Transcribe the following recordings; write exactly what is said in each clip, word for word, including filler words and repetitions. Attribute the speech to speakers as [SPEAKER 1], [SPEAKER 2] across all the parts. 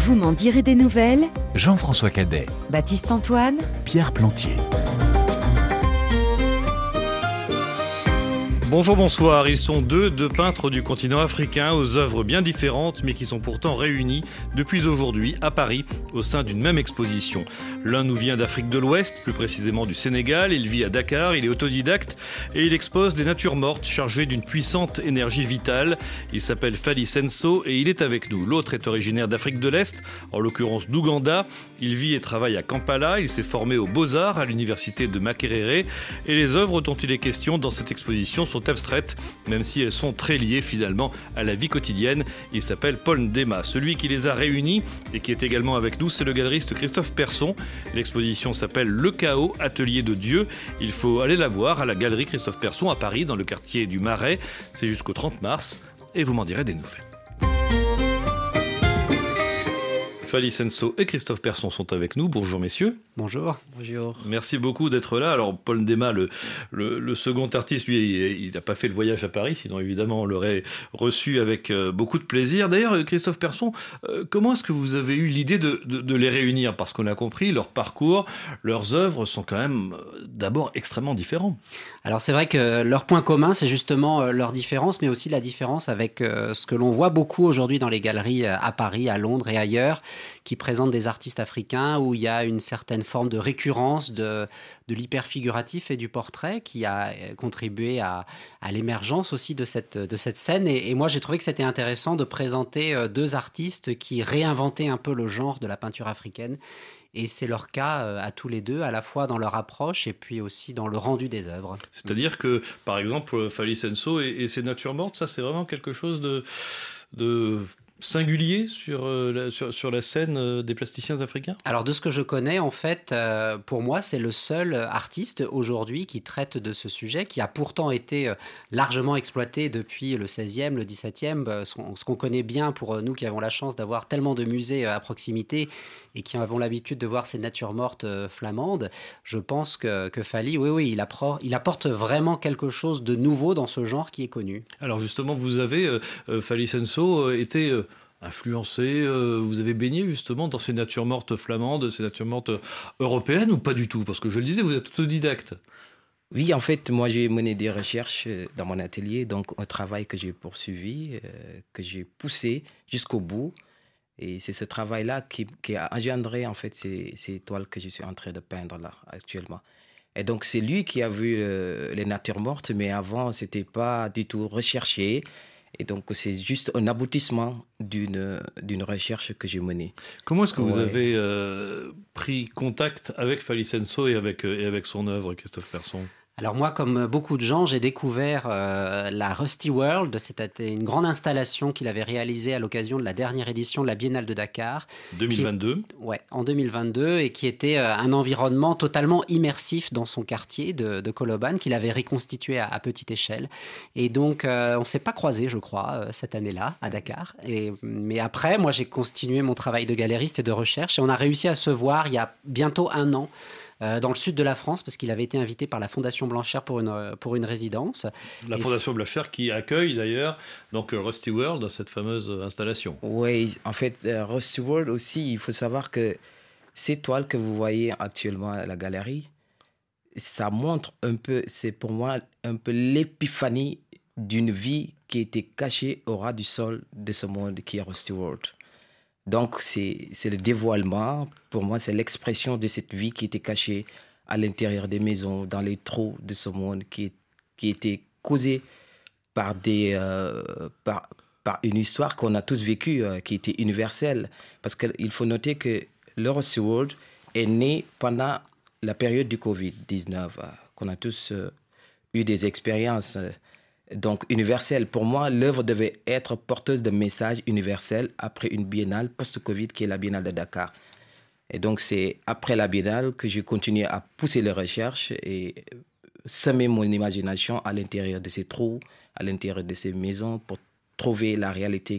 [SPEAKER 1] Vous m'en direz des nouvelles.
[SPEAKER 2] Jean-François Cadet,
[SPEAKER 1] Baptiste Antoine,
[SPEAKER 2] Pierre Plantier.
[SPEAKER 3] Bonjour, bonsoir. Ils sont deux, deux peintres du continent africain aux œuvres bien différentes mais qui sont pourtant réunis depuis aujourd'hui à Paris au sein d'une même exposition. L'un nous vient d'Afrique de l'Ouest, plus précisément du Sénégal. Il vit à Dakar, il est autodidacte et il expose des natures mortes chargées d'une puissante énergie vitale. Il s'appelle Fally Senso et il est avec nous. L'autre est originaire d'Afrique de l'Est, en l'occurrence d'Ouganda. Il vit et travaille à Kampala. Il s'est formé aux Beaux-Arts à l'université de Makerere et les œuvres dont il est question dans cette exposition sont abstraites, même si elles sont très liées finalement à la vie quotidienne. Il s'appelle Paul Ndema. Celui qui les a réunis et qui est également avec nous, c'est le galeriste Christophe Persson. L'exposition s'appelle Le Chaos, atelier de Dieu. Il faut aller la voir à la galerie Christophe Persson à Paris, dans le quartier du Marais. C'est jusqu'au trente mars et vous m'en direz des nouvelles. Fally Senso et Christophe Persson sont avec nous. Bonjour messieurs.
[SPEAKER 4] Bonjour. Bonjour.
[SPEAKER 3] Merci beaucoup d'être là. Alors Paul Ndema, le, le, le second artiste, lui, il n'a pas fait le voyage à Paris, sinon évidemment on l'aurait reçu avec euh, beaucoup de plaisir. D'ailleurs, Christophe Persson, euh, comment est-ce que vous avez eu l'idée de, de, de les réunir ? Parce qu'on a compris, leur parcours, leurs œuvres sont quand même euh, d'abord extrêmement différents.
[SPEAKER 4] Alors c'est vrai que leur point commun, c'est justement euh, leur différence, mais aussi la différence avec euh, ce que l'on voit beaucoup aujourd'hui dans les galeries euh, à Paris, à Londres et ailleurs, qui présentent des artistes africains où il y a une certaine forme de récurrence de, de l'hyperfiguratif et du portrait qui a contribué à, à l'émergence aussi de cette, de cette scène. Et, et moi, j'ai trouvé que c'était intéressant de présenter deux artistes qui réinventaient un peu le genre de la peinture africaine. Et c'est leur cas à tous les deux, à la fois dans leur approche et puis aussi dans le rendu des œuvres.
[SPEAKER 3] C'est-à-dire que, par exemple, Fally Senso et, et ses natures mortes, ça c'est vraiment quelque chose de... de... singulier sur, euh, la, sur, sur la scène euh, des plasticiens africains ?
[SPEAKER 4] Alors de ce que je connais, en fait, euh, pour moi, c'est le seul artiste aujourd'hui qui traite de ce sujet, qui a pourtant été euh, largement exploité depuis le seizième, le dix-septième, euh, ce, ce qu'on connaît bien pour nous qui avons la chance d'avoir tellement de musées à proximité et qui avons l'habitude de voir ces natures mortes euh, flamandes. Je pense que, que Fally, oui, oui, il, appro- il apporte vraiment quelque chose de nouveau dans ce genre qui est connu.
[SPEAKER 3] Alors justement, vous avez, euh, euh, Fally Senso, euh, été... Euh, influencé, euh, vous avez baigné justement dans ces natures mortes flamandes, ces natures mortes européennes ou pas du tout ? Parce que je le disais, vous êtes autodidacte.
[SPEAKER 5] Oui, en fait, moi j'ai mené des recherches dans mon atelier, donc un travail que j'ai poursuivi, euh, que j'ai poussé jusqu'au bout. Et c'est ce travail-là qui, qui a engendré en fait ces, ces toiles que je suis en train de peindre là actuellement. Et donc c'est lui qui a vu euh, les natures mortes, mais avant c'était pas du tout recherché. Et donc, c'est juste un aboutissement d'une, d'une recherche que j'ai menée.
[SPEAKER 3] Comment est-ce que vous
[SPEAKER 5] ouais.
[SPEAKER 3] avez euh, pris contact avec Fally Senso et avec, et avec son œuvre, Christophe Persson ?
[SPEAKER 4] Alors moi, comme beaucoup de gens, j'ai découvert euh, la Rusty World. C'était une grande installation qu'il avait réalisée à l'occasion de la dernière édition de la Biennale de Dakar.
[SPEAKER 3] deux mille vingt-deux.
[SPEAKER 4] Qui, ouais, en deux mille vingt-deux, et qui était euh, un environnement totalement immersif dans son quartier de, de Koloban, qu'il avait reconstitué à, à petite échelle. Et donc, euh, on ne s'est pas croisés, je crois, euh, cette année-là, à Dakar. Et, mais après, moi, j'ai continué mon travail de galériste et de recherche, et on a réussi à se voir il y a bientôt un an, Euh, dans le sud de la France, parce qu'il avait été invité par la Fondation Blanchère pour une, pour une résidence.
[SPEAKER 3] La
[SPEAKER 4] Et
[SPEAKER 3] Fondation Blanchère qui accueille d'ailleurs donc Rusty World, cette fameuse installation.
[SPEAKER 5] Oui, en fait, euh, Rusty World aussi, il faut savoir que ces toiles que vous voyez actuellement à la galerie, ça montre un peu, c'est pour moi un peu l'épiphanie d'une vie qui était cachée au ras du sol de ce monde qui est Rusty World. Donc, c'est, c'est le dévoilement. Pour moi, c'est l'expression de cette vie qui était cachée à l'intérieur des maisons, dans les trous de ce monde, qui, qui était causée par, des, euh, par, par une histoire qu'on a tous vécue, euh, qui était universelle. Parce qu'il faut noter que le Rusty World est né pendant la période du covid dix-neuf, euh, qu'on a tous euh, eu des expériences euh, donc universelle. Pour moi, l'œuvre devait être porteuse de messages universels après une biennale post-Covid qui est la Biennale de Dakar. Et donc, c'est après la biennale que j'ai continué à pousser les recherches et semer mon imagination à l'intérieur de ces trous, à l'intérieur de ces maisons pour trouver la réalité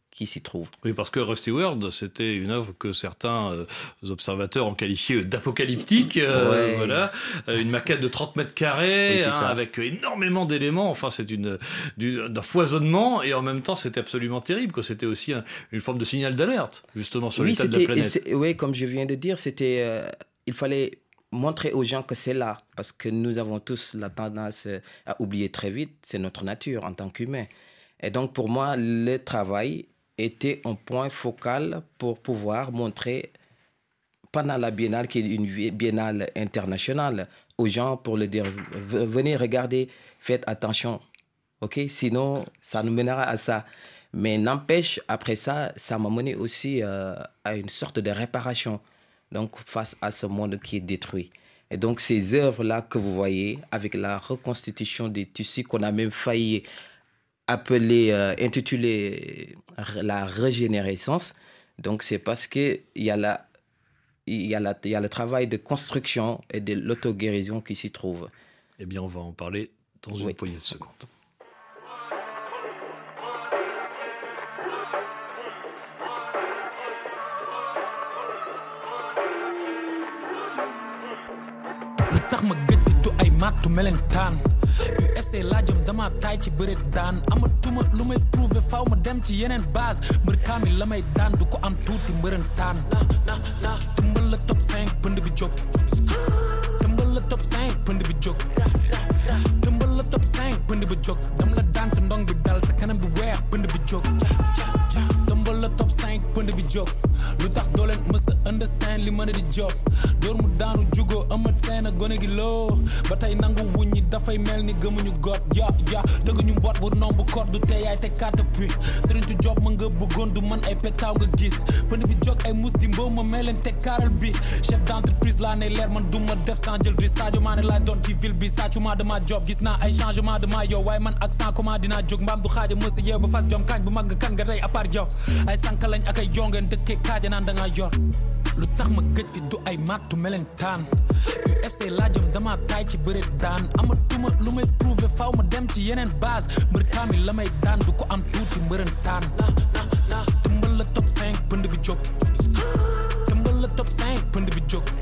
[SPEAKER 5] qui s'y trouve.
[SPEAKER 3] Oui, parce que Rusty World, c'était une œuvre que certains euh, observateurs ont qualifiée d'apocalyptique. Euh,
[SPEAKER 5] Ouais.
[SPEAKER 3] Voilà, Euh, une maquette de trente mètres carrés,
[SPEAKER 5] Oui, c'est
[SPEAKER 3] hein,
[SPEAKER 5] ça.
[SPEAKER 3] avec énormément d'éléments. Enfin, c'est une, du, d'un foisonnement, et en même temps, c'était absolument terrible, que c'était aussi un- une forme de signal d'alerte, justement, sur
[SPEAKER 5] Oui,
[SPEAKER 3] l'état de la
[SPEAKER 5] c'était, et
[SPEAKER 3] planète.
[SPEAKER 5] c'est- oui, comme je viens de dire, c'était, euh, il fallait montrer aux gens que c'est là, parce que nous avons tous la tendance euh, à oublier très vite, c'est notre nature en tant qu'humain. Et donc pour moi, le travail était un point focal pour pouvoir montrer pendant la biennale, qui est une vi- biennale internationale, aux gens pour leur dire, v- venez regarder, faites attention, ok? Sinon, ça nous mènera à ça. Mais n'empêche, après ça, ça m'a mené aussi euh, à une sorte de réparation, donc face à ce monde qui est détruit. Et donc ces œuvres-là que vous voyez, avec la reconstitution des tissus qu'on a même failli appeler, euh, intituler euh, la régénérescence, donc c'est parce qu'il y a la il y a, la, il y a le travail de construction et de l'auto-guérison qui s'y trouve.
[SPEAKER 3] Eh bien, on va en parler dans une
[SPEAKER 5] Oui.
[SPEAKER 3] poignée de secondes.
[SPEAKER 6] lu tax ma gëj fi du ay màttu melentaan U F C laajam dama taay ci bëreet daan amatuma lu may prouver faw ma dem ci yeneen base mbër kaamil la may daan du ko am tuuti mbërëntaan na na na tëmbal la top cinq pënd bi jóg tëmbal la top cinq pënd bi jóg tëmbal la top cinq pënd bi jóg dam la daan sa ndong bi dal sa kanam bi weex pënd bi jóg tëmbal la top cinq pënd bi jóg lu tax doo leen mës a understand li mën a di job door mu daanu jugoo amat seen a gone gi loo ba tey nangu wuññi dafay mel ni gëmuñu got ya ya dëgg ñu mboot bu nomb code du tey yaay te carte puis sëriñtu job ma nga bëggoon du man ay petaaw nga gis pënd bi jóg ay mus di mboo ma mel leen te kaaral bi chef d'entreprise laa ne leer man du ma def sans jël risque Sadio Mané laa doon ci ville bi sàccuma dama job gis naa ay changement dama yow waaye man ak sans comment dinaa jóg mbaam du xaaja mësa yeew ba fas jom kaañ bu mag nga kan nga rey à part yow ay sànka lañ ak ay jongeen dëkkee kaaja naan da nga yor lu tax ma gëj fi du ay màttu melentaan U F C laajam dama taay ci bëreet daan amatuma lu may prouver faw ma dem ci yeneen base mbër kaamil la may daan du ko am tuuti mbërëntaan na na na tëmbal la top cinq pënd bi jóg tëmbal la top cinq pënd bi jóg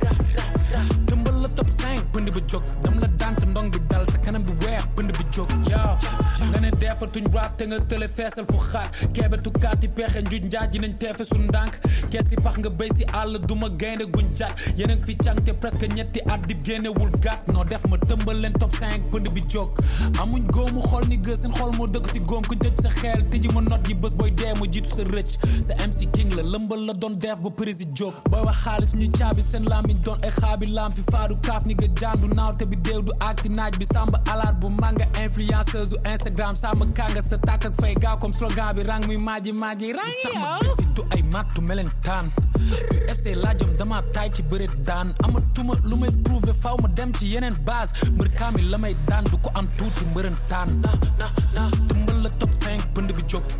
[SPEAKER 6] tëmbal la top cinq pënd bi jóg dam la daan sa ndong bi dal sa kanam bi weex pënd bi jóg yow nga ne defatuñ rap te nga tële feesal fu xaat keebetu kaati pexe njuj njaaj yi nañ teefe su ndànk kees si pax nga béy si àll duma gaynde guñ jat yeneen fi cangte presque ñetti at dib génnewul gàtt noo def ma tëmbal leen top cinq pënd bi jóg amuñ góomu xol ni gës seen xol moo dëgg si góom kuñ tëj sa xeel tëji ma not yi bés booy dee ma jiitu sa rëcc sa M C King la lëmbal la doon def ba prési jóg booy wax xaalis ñu caabi seen lamiñ doon ay xaabi lampi faadu kaaf ni nga jaandu naaw te bi déew du aag si naaj bi samba alaat bu manga influenceuse u Instagram sama kanga sa tàkk ak fay gaaw comme slogan bi rang muy maaji maaji rang yow du ay màttu melentaan U F C laajam dama taay ci bëreet daan amatuma lu may prouver faw ma dem ci yeneen base mbër kaamil la may daan du ko am tuuti mbërëntaan na na na tëmbal la top cinq pënd bi jóg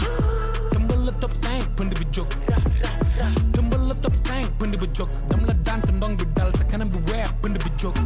[SPEAKER 6] tëmbal la top cinq pënd bi jóg tëmbal la top cinq pënd bi jóg dam la daan sa ndong bi dal sa kanam bi weex pënd bi jóg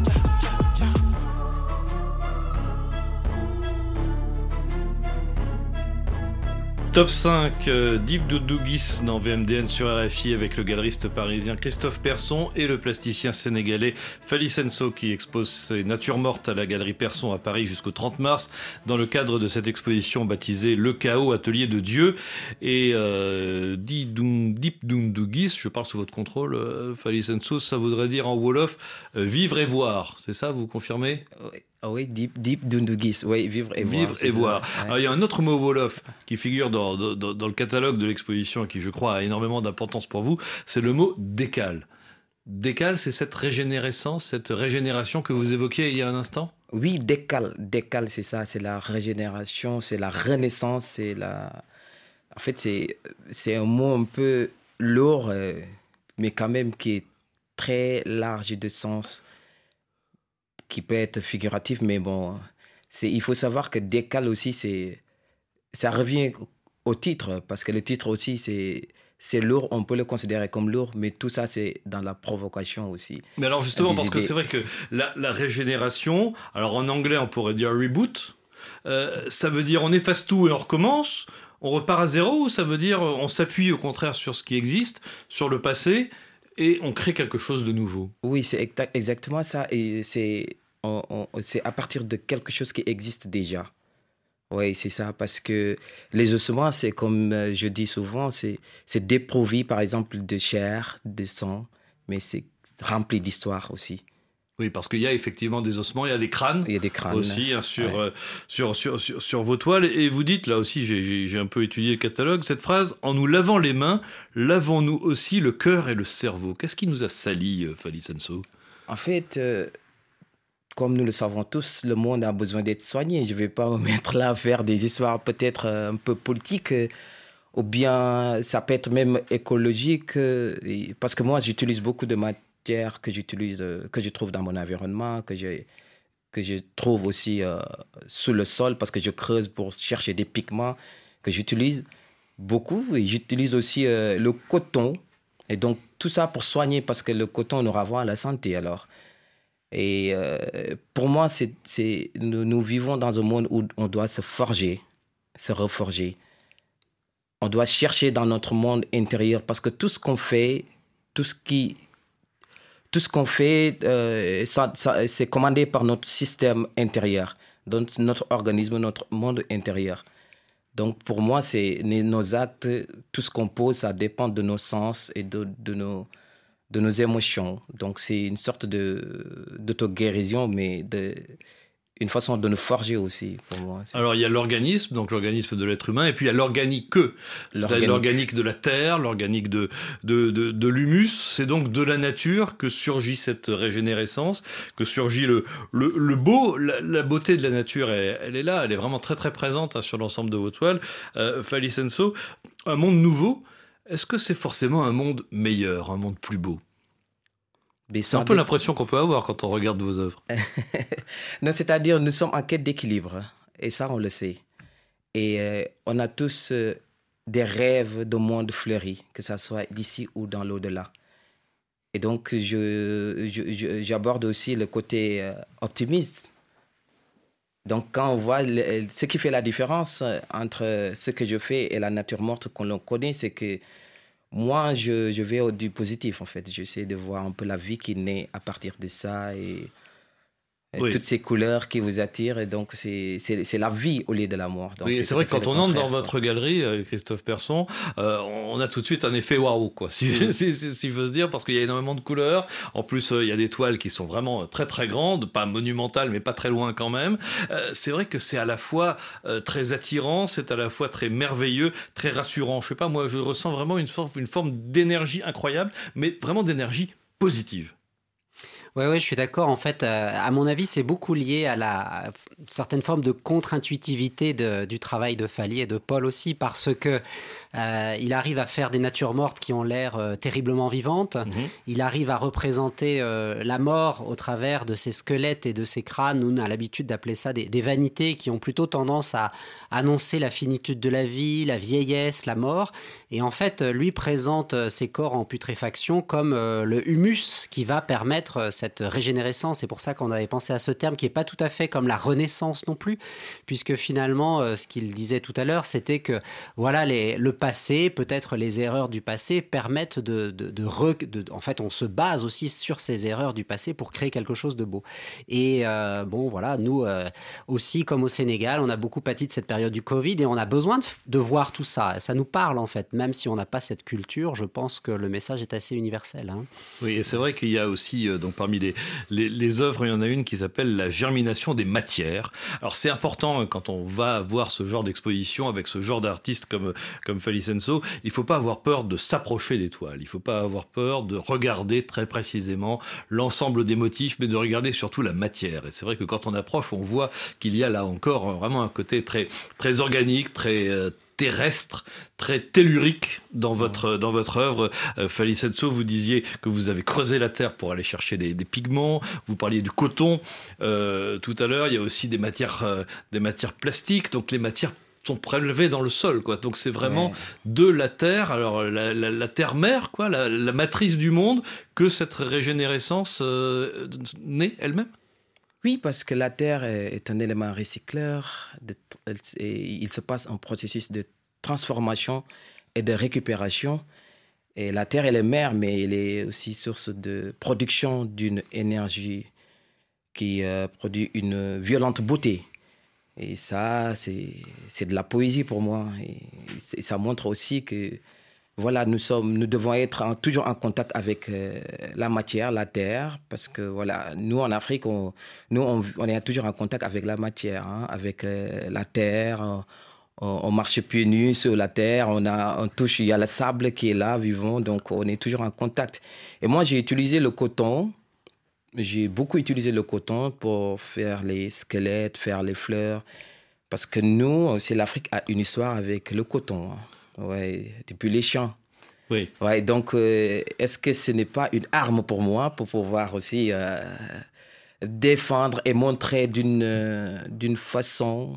[SPEAKER 3] Top cinq, euh, Deep Doudouguis dans V M D N sur R F I avec le galeriste parisien Christophe Persson et le plasticien sénégalais Fally Senso qui expose ses natures mortes à la galerie Persson à Paris jusqu'au trente mars dans le cadre de cette exposition baptisée Le Chaos, Atelier de Dieu. Et euh, Deep Doudouguis, je parle sous votre contrôle, euh, Fally Senso, ça voudrait dire en Wolof euh, vivre et voir, c'est ça, vous confirmez ?
[SPEAKER 5] Oui. Ah oui, Deep, Deep Doudouguis, oui, vivre et
[SPEAKER 3] Vivre
[SPEAKER 5] voir.
[SPEAKER 3] et voir.
[SPEAKER 5] Ouais.
[SPEAKER 3] Alors, il y a un autre mot Wolof qui figure dans, dans, dans le catalogue de l'exposition et qui, je crois, a énormément d'importance pour vous, c'est le mot décale. Décale, c'est cette régénérescence, cette régénération que vous évoquiez il y a un instant ?
[SPEAKER 5] Oui, décale, décale, c'est ça, c'est la régénération, c'est la renaissance, c'est la... En fait, c'est, c'est un mot un peu lourd, euh, mais quand même qui est très large de sens, qui peut être figuratif, mais bon, c'est, il faut savoir que décale aussi, c'est, ça revient au titre, parce que le titre aussi, c'est, c'est lourd, on peut le considérer comme lourd, mais tout ça, c'est dans la provocation aussi.
[SPEAKER 3] Mais alors justement,
[SPEAKER 5] Des
[SPEAKER 3] parce
[SPEAKER 5] idées.
[SPEAKER 3] que c'est vrai que la, la régénération, alors en anglais, on pourrait dire reboot, euh, ça veut dire on efface tout et on recommence, On repart à zéro ou ça veut dire on s'appuie au contraire sur ce qui existe, sur le passé, et on crée quelque chose de nouveau?
[SPEAKER 5] Oui, c'est exa- exactement ça. Et c'est, on- on- c'est à partir de quelque chose qui existe déjà. Oui, c'est ça. Parce que les ossements, c'est comme euh, je dis souvent, c'est, c'est dépourvu, par exemple, de chair, de sang, mais c'est rempli d'histoire aussi.
[SPEAKER 3] Oui, parce qu'il y a effectivement des ossements, il y a des crânes.
[SPEAKER 5] Il y a des crânes.
[SPEAKER 3] Aussi hein, sur,
[SPEAKER 5] Ouais.
[SPEAKER 3] euh, sur, sur, sur, sur vos toiles. Et vous dites, là aussi, j'ai, j'ai, j'ai un peu étudié le catalogue, cette phrase, en nous lavant les mains, lavons-nous aussi le cœur et le cerveau. Qu'est-ce qui nous a salis, euh, Fally Senso?
[SPEAKER 5] En fait, euh, comme nous le savons tous, le monde a besoin d'être soigné. Je ne vais pas me mettre là à faire des histoires peut-être euh, un peu politiques, euh, ou bien ça peut être même écologique, euh, et- parce que moi, j'utilise beaucoup de matières que j'utilise, euh, que je trouve dans mon environnement, que je, que je trouve aussi euh, sous le sol, parce que je creuse pour chercher des pigments que j'utilise beaucoup. Et j'utilise aussi euh, le coton. Et donc, tout ça pour soigner, parce que le coton nous renvoie à la santé, alors. Et euh, pour moi, c'est, c'est, nous, nous vivons dans un monde où on doit se forger, se reforger. On doit chercher dans notre monde intérieur, parce que tout ce qu'on fait, tout ce qui... Tout ce qu'on fait, euh, ça, ça, c'est commandé par notre système intérieur, donc notre organisme, notre monde intérieur. Donc pour moi, c'est nos actes, tout ce qu'on pose, ça dépend de nos sens et de, de, nos, de nos émotions. Donc c'est une sorte de, d'auto-guérison, mais de, une façon de nous forger aussi, pour moi.
[SPEAKER 3] Alors, il y a l'organisme, donc l'organisme de l'être humain, et puis il y a l'organique, c'est-à-dire
[SPEAKER 5] L'organique.
[SPEAKER 3] l'organique de la terre, l'organique de, de, de, de l'humus. C'est donc de la nature que surgit cette régénérescence, que surgit le, le, le beau, la, la beauté de la nature, elle, elle est là, elle est vraiment très très présente hein, sur l'ensemble de vos toiles. Euh, Fally Senso, un monde nouveau, est-ce que c'est forcément un monde meilleur, un monde plus beau?
[SPEAKER 5] Mais
[SPEAKER 3] C'est un
[SPEAKER 5] sans
[SPEAKER 3] peu
[SPEAKER 5] dé-
[SPEAKER 3] l'impression qu'on peut avoir quand on regarde vos œuvres.
[SPEAKER 5] Non, c'est-à-dire, nous sommes en quête d'équilibre, et ça, on le sait. Et euh, on a tous euh, des rêves de monde fleuri, que ce soit d'ici ou dans l'au-delà. Et donc, je, je- je- j'aborde aussi le côté euh, optimiste. Donc, quand on voit le- ce qui fait la différence euh, entre ce que je fais et la nature morte qu'on l'on connaît, c'est que moi, je, je vais au du positif, en fait. J'essaie de voir un peu la vie qui naît à partir de ça et, et
[SPEAKER 3] Oui.
[SPEAKER 5] toutes ces couleurs qui vous attirent. Et donc, c'est, c'est, c'est la vie au lieu de la mort. Donc,
[SPEAKER 3] Oui,
[SPEAKER 5] c'est
[SPEAKER 3] c'est
[SPEAKER 5] tout
[SPEAKER 3] vrai
[SPEAKER 5] à
[SPEAKER 3] que
[SPEAKER 5] fait
[SPEAKER 3] quand
[SPEAKER 5] le
[SPEAKER 3] on entre dans
[SPEAKER 5] contraire,
[SPEAKER 3] votre
[SPEAKER 5] quoi.
[SPEAKER 3] galerie, euh, Christophe Persson, euh, on a tout de suite un effet waouh, quoi, si, si, si, si je veux se dire, parce qu'il y a énormément de couleurs. En plus, euh, il y a des toiles qui sont vraiment très très grandes, pas monumentales, mais pas très loin quand même. Euh, c'est vrai que c'est à la fois euh, très attirant, c'est à la fois très merveilleux, très rassurant. Je sais pas, moi, je ressens vraiment une forme, une forme d'énergie incroyable, mais vraiment d'énergie positive.
[SPEAKER 4] Oui, ouais, je suis d'accord. En fait, euh, à mon avis, c'est beaucoup lié à la à f- certaine forme de contre-intuitivité de- du travail de Fally et de Paul aussi, parce que euh, il arrive à faire des natures mortes qui ont l'air euh, terriblement vivantes.
[SPEAKER 3] Mhm.
[SPEAKER 4] Il arrive à représenter euh, la mort au travers de ces squelettes et de ces crânes. Nous, on a l'habitude d'appeler ça des, des vanités qui ont plutôt tendance à annoncer la finitude de la vie, la vieillesse, la mort. Et en fait, euh, lui présente euh, ces corps en putréfaction comme euh, le humus qui va permettre euh, cette régénérescence. C'est pour ça qu'on avait pensé à ce terme qui n'est pas tout à fait comme la renaissance non plus, puisque finalement, euh, ce qu'il disait tout à l'heure, c'était que voilà, les, le passé, peut-être les erreurs du passé permettent de, de, de, re- de- en fait, on se base aussi sur ces erreurs du passé pour créer quelque chose de beau. Et euh, bon, voilà, nous euh, aussi, comme au Sénégal, on a beaucoup pâti de cette période du Covid et on a besoin de, de voir tout ça. Ça nous parle en fait, même si on n'a pas cette culture. Je pense que le message est assez universel, hein.
[SPEAKER 3] Oui, et c'est vrai qu'il y a aussi, euh, donc parmi les, les, les œuvres, il y en a une qui s'appelle La germination des matières. Alors c'est important euh, quand on va voir ce genre d'exposition avec ce genre d'artiste comme, comme Fally Senso, il ne faut pas avoir peur de s'approcher des toiles, il ne faut pas avoir peur de regarder très précisément l'ensemble des motifs, mais de regarder surtout la matière. Et c'est vrai que quand on approche, on voit qu'il y a là encore euh, vraiment un côté très, très organique, très... euh, terrestre, très tellurique dans votre, dans votre œuvre. Euh, Fally Senso, vous disiez que vous avez creusé la terre pour aller chercher des, des pigments, vous parliez du coton euh, tout à l'heure, il y a aussi des matières, euh, des matières plastiques, donc les matières sont prélevées dans le sol, quoi. Donc c'est vraiment
[SPEAKER 5] Ouais.
[SPEAKER 3] de la terre, alors la, la, la terre-mère, quoi, la, la matrice du monde, que cette régénérescence euh, naît elle-même.
[SPEAKER 5] Oui, parce que la terre est est un élément recycleur. De, tr- elle- et il se passe un processus de transformation et de récupération. Et la terre, elle est mère, mais elle est aussi source de production d'une énergie qui euh, produit une violente beauté. Et ça, c'est, c'est de la poésie pour moi. Et, et ça montre aussi que voilà, nous, sommes, nous devons être en, toujours en contact avec euh, la matière, la terre, parce que voilà, nous en Afrique, on, nous, on, on est toujours en contact avec la matière, hein, avec euh, la terre. On, on marche pieds nus sur la terre, on, a, on touche, il y a le sable qui est là, vivant, donc on est toujours en contact. Et moi, j'ai utilisé le coton. J'ai beaucoup utilisé le coton pour faire les squelettes, faire les fleurs, parce que nous, c'est l'Afrique a une histoire avec le coton. Hein. Ouais, depuis les champs.
[SPEAKER 3] Oui.
[SPEAKER 5] Ouais, donc, euh, est-ce que ce n'est pas une arme pour moi pour pouvoir aussi euh, défendre et montrer d'une, euh, d'une façon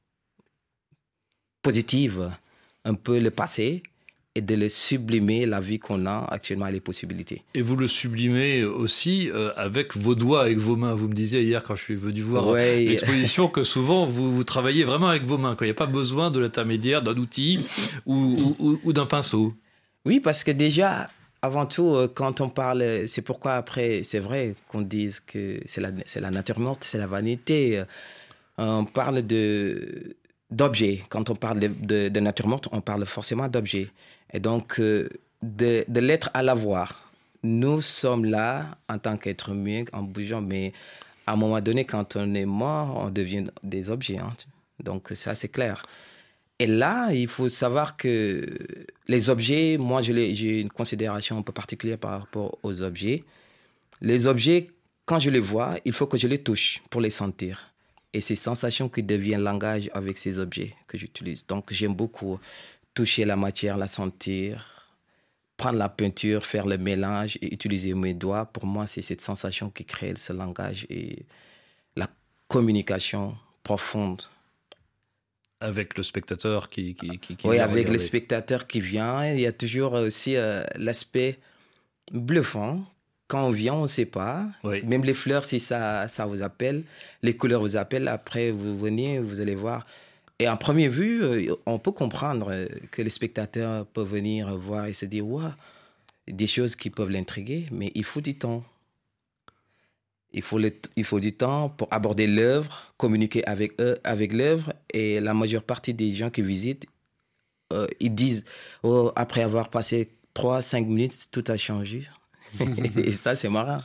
[SPEAKER 5] positive un peu le passé et de le sublimer, la vie qu'on a actuellement et les possibilités.
[SPEAKER 3] Et vous le sublimez aussi euh, avec vos doigts, avec vos mains. Vous me disiez hier, quand je suis venu voir
[SPEAKER 5] ouais.
[SPEAKER 3] l'exposition, que souvent, vous, vous travaillez vraiment avec vos mains. Il n'y a pas besoin de l'intermédiaire d'un outil ou, ou, ou d'un pinceau.
[SPEAKER 5] Oui, parce que déjà, avant tout, quand on parle... C'est pourquoi après, c'est vrai qu'on dise que c'est la, c'est la nature morte, c'est la vanité. On parle de... d'objets. Quand on parle de, de, de nature morte, on parle forcément d'objets. Et donc, euh, de, de l'être à l'avoir. Nous sommes là en tant qu'être humain, en bougeant, mais à un moment donné, quand on est mort, on devient des objets. Hein. Donc, ça, c'est clair. Et là, il faut savoir que les objets, moi, je les, j'ai une considération un peu particulière par rapport aux objets. Les objets, quand je les vois, il faut que je les touche pour les sentir. Et ces sensations qui deviennent langage avec ces objets que j'utilise. Donc, j'aime beaucoup toucher la matière, la sentir, prendre la peinture, faire le mélange et utiliser mes doigts. Pour moi, c'est cette sensation qui crée ce langage et la communication profonde.
[SPEAKER 3] Avec le spectateur qui, qui, qui, qui
[SPEAKER 5] oui,
[SPEAKER 3] vient
[SPEAKER 5] avec
[SPEAKER 3] regarder.
[SPEAKER 5] le spectateur qui vient. Il y a toujours aussi euh, l'aspect bluffant. Quand on vient, on ne sait pas.
[SPEAKER 3] Oui.
[SPEAKER 5] Même les fleurs, si ça, ça vous appelle, les couleurs vous appellent, après vous venez, vous allez voir. Et en première vue, on peut comprendre que les spectateurs peuvent venir voir et se dire « Waouh !» Des choses qui peuvent l'intriguer, mais il faut du temps. Il faut, le, il faut du temps pour aborder l'œuvre, communiquer avec eux, avec l'œuvre. Et la majeure partie des gens qui visitent, euh, ils disent oh, « Après avoir passé trois à cinq minutes, tout a changé. » Et ça, c'est marrant.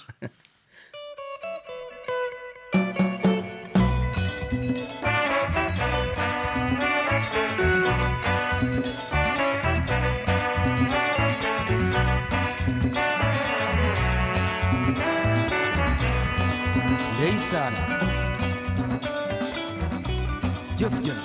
[SPEAKER 7] ndeysaan jëf jëf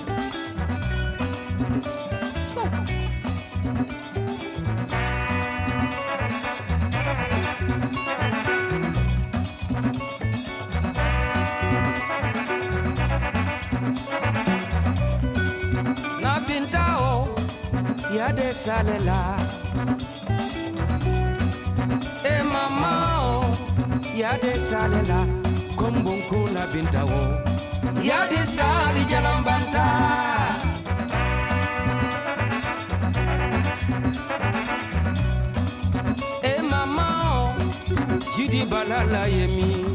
[SPEAKER 7] na bintao ya de salela e mamao ya de salela kombonko na bintawo ya de sali jalambanta e mama jidi balala yemi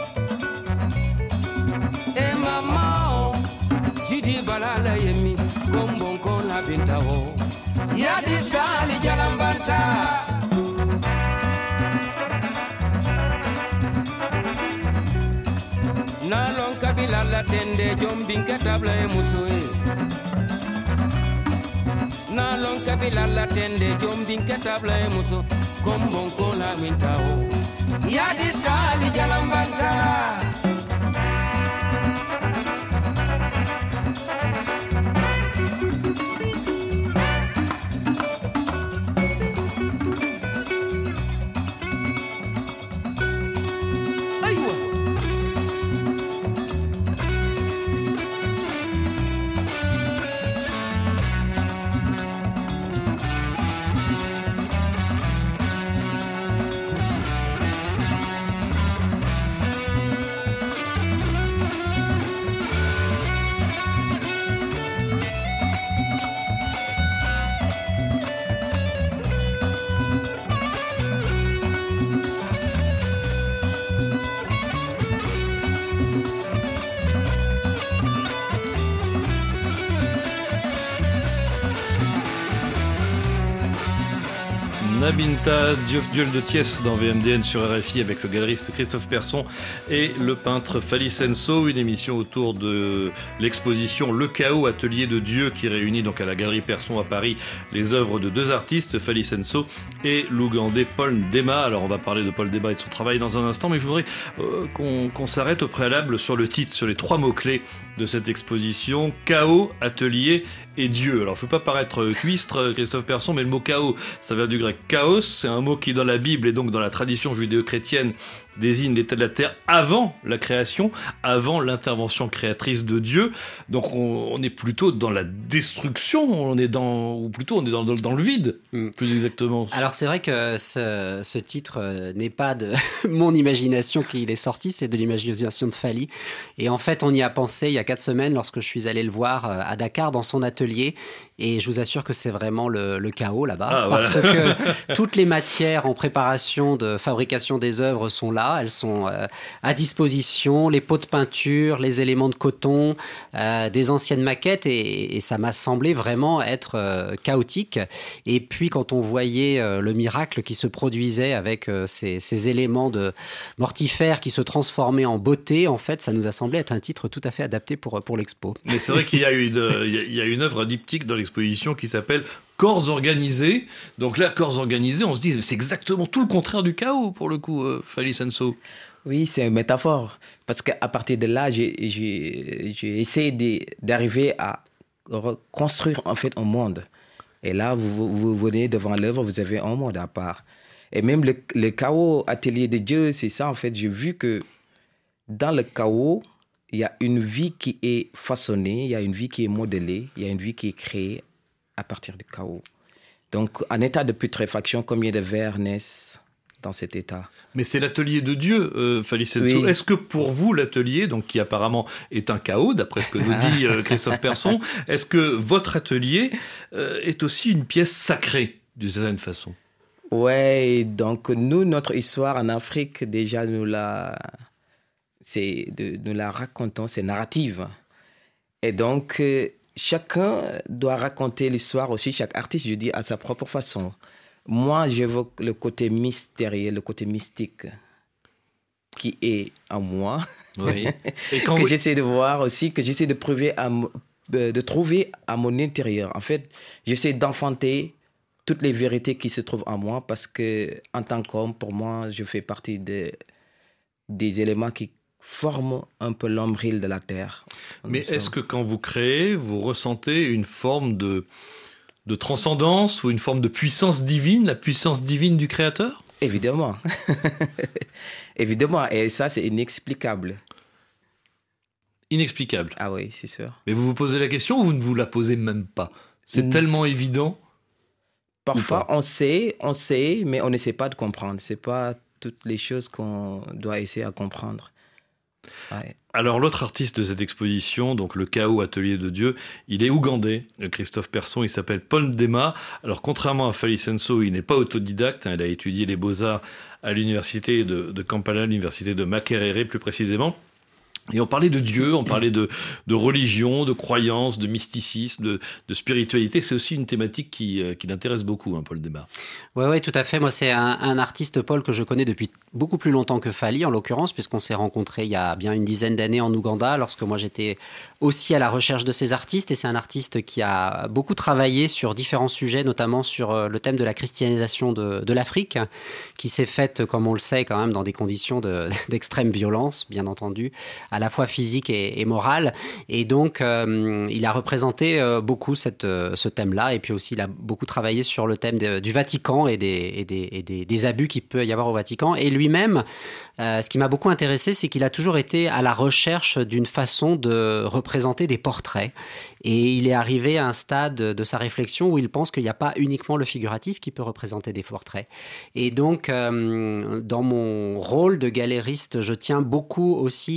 [SPEAKER 7] e mama jidi balala yemi kombonko na bintawo ya de sali jalambanta nalon kabila la tende jombin katabla e musoe nalon kabila la tende jombin katabla e muso kombon ko la mintao ya di sali jalambanta
[SPEAKER 3] Nabinta, duel de Thiès dans V M D N sur R F I avec le galeriste Christophe Persson et le peintre Fally Senso, une émission autour de l'exposition Le Chaos, atelier de Dieu, qui réunit donc à la galerie Persson à Paris les œuvres de deux artistes, Fally Senso et l'Ougandais Paul Ndema. Alors on va parler de Paul Ndema et de son travail dans un instant, mais je voudrais euh, qu'on, qu'on s'arrête au préalable sur le titre, sur les trois mots-clés de cette exposition: chaos, atelier et Dieu. Alors je ne veux pas paraître cuistre, Christophe Persson, mais le mot chaos, ça vient du grec chaos, c'est un mot qui dans la Bible et donc dans la tradition judéo-chrétienne désigne l'état de la terre avant la création, avant l'intervention créatrice de Dieu. Donc on, on est plutôt dans la destruction, on est dans, ou plutôt on est dans, dans, dans le vide, mm. plus exactement.
[SPEAKER 4] Alors c'est vrai que ce, ce titre n'est pas de mon imagination qu'il est sorti, c'est de l'imagination de Fally. Et en fait on y a pensé il y a quatre semaines lorsque je suis allé le voir à Dakar dans son atelier. Et je vous assure que c'est vraiment le, le chaos là-bas, ah, parce voilà. que toutes les matières en préparation de fabrication des œuvres sont là, elles sont euh, à disposition, les pots de peinture, les éléments de coton, euh, des anciennes maquettes, et, et ça m'a semblé vraiment être euh, chaotique. Et puis quand on voyait euh, le miracle qui se produisait avec euh, ces, ces éléments de mortifères qui se transformaient en beauté, en fait, ça nous a semblé être un titre tout à fait adapté pour, pour l'expo.
[SPEAKER 3] Mais c'est vrai qu'il y a une, il y a une œuvre diptyque dans l'exposition qui s'appelle Corps organisés. Donc là, corps organisés, on se dit c'est exactement tout le contraire du chaos pour le coup, euh, Fally Senso.
[SPEAKER 5] Oui, c'est une métaphore. Parce qu'à partir de là, j'ai, j'ai, j'ai essayé de, d'arriver à reconstruire en fait un monde. Et là, vous, vous venez devant l'œuvre, vous avez un monde à part. Et même le, le chaos, atelier de Dieu, c'est ça en fait. J'ai vu que dans le chaos, il y a une vie qui est façonnée, il y a une vie qui est modelée, il y a une vie qui est créée à partir du chaos. Donc, en état de putréfaction, combien de vers naissent dans cet état? Mais
[SPEAKER 3] c'est l'atelier de Dieu, euh, Fally Senso. Oui. Est-ce que pour vous, l'atelier, donc qui apparemment est un chaos, d'après ce que nous dit euh, Christophe Persson, est-ce que votre atelier euh, est aussi une pièce sacrée, d'une certaine façon?
[SPEAKER 5] Oui, donc nous, notre histoire en Afrique, déjà, nous la... c'est de, nous la racontons, c'est narrative. Et donc, euh, chacun doit raconter l'histoire aussi, chaque artiste, je dis, à sa propre façon. Moi, j'évoque le côté mystérieux, le côté mystique qui est en moi, oui. Et quand que vous... j'essaie de voir aussi, que j'essaie de, prouver à, de trouver à mon intérieur. En fait, j'essaie d'enfanter toutes les vérités qui se trouvent en moi parce que, en tant qu'homme, pour moi, je fais partie de, des éléments qui forme un peu l'ombril de la Terre.
[SPEAKER 3] Mais est-ce que quand vous créez, vous ressentez une forme de, de transcendance ou une forme de puissance divine, la puissance divine du Créateur?
[SPEAKER 5] Évidemment. Évidemment, et ça c'est inexplicable.
[SPEAKER 3] Inexplicable?
[SPEAKER 5] Ah oui, c'est sûr.
[SPEAKER 3] Mais vous vous posez la question ou vous ne vous la posez même pas? C'est mmh. tellement évident?
[SPEAKER 5] Parfois on sait, on sait, mais on n'essaie pas de comprendre. C'est pas toutes les choses qu'on doit essayer à comprendre.
[SPEAKER 3] Ouais. Alors l'autre artiste de cette exposition, donc le Chaos, atelier de Dieu, il est ougandais, Christophe Persson, il s'appelle Paul Ndema. Alors contrairement à Fally Senso, il n'est pas autodidacte, hein, il a étudié les beaux-arts à l'université de, de Kampala, l'université de Makerere plus précisément. Et on parlait de Dieu, on parlait de, de religion, de croyance, de mysticisme, de, de spiritualité. C'est aussi une thématique qui, euh, qui l'intéresse beaucoup, hein, Paul Ndema.
[SPEAKER 4] Oui, ouais, tout à fait. Moi, c'est un, un artiste, Paul, que je connais depuis beaucoup plus longtemps que Fally, en l'occurrence, puisqu'on s'est rencontrés il y a bien une dizaine d'années en Ouganda, lorsque moi j'étais aussi à la recherche de ces artistes. Et c'est un artiste qui a beaucoup travaillé sur différents sujets, notamment sur le thème de la christianisation de, de l'Afrique, qui s'est faite, comme on le sait, quand même, dans des conditions de, d'extrême violence, bien entendu, à la fois physique et, et morale. Et donc, euh, il a représenté euh, beaucoup cette, euh, ce thème-là. Et puis aussi, il a beaucoup travaillé sur le thème de, du Vatican et, des, et, des, et des, des abus qu'il peut y avoir au Vatican. Et lui-même, euh, ce qui m'a beaucoup intéressé, c'est qu'il a toujours été à la recherche d'une façon de représenter des portraits. Et il est arrivé à un stade de sa réflexion où il pense qu'il n'y a pas uniquement le figuratif qui peut représenter des portraits. Et donc, euh, dans mon rôle de galériste, je tiens beaucoup aussi à accompagner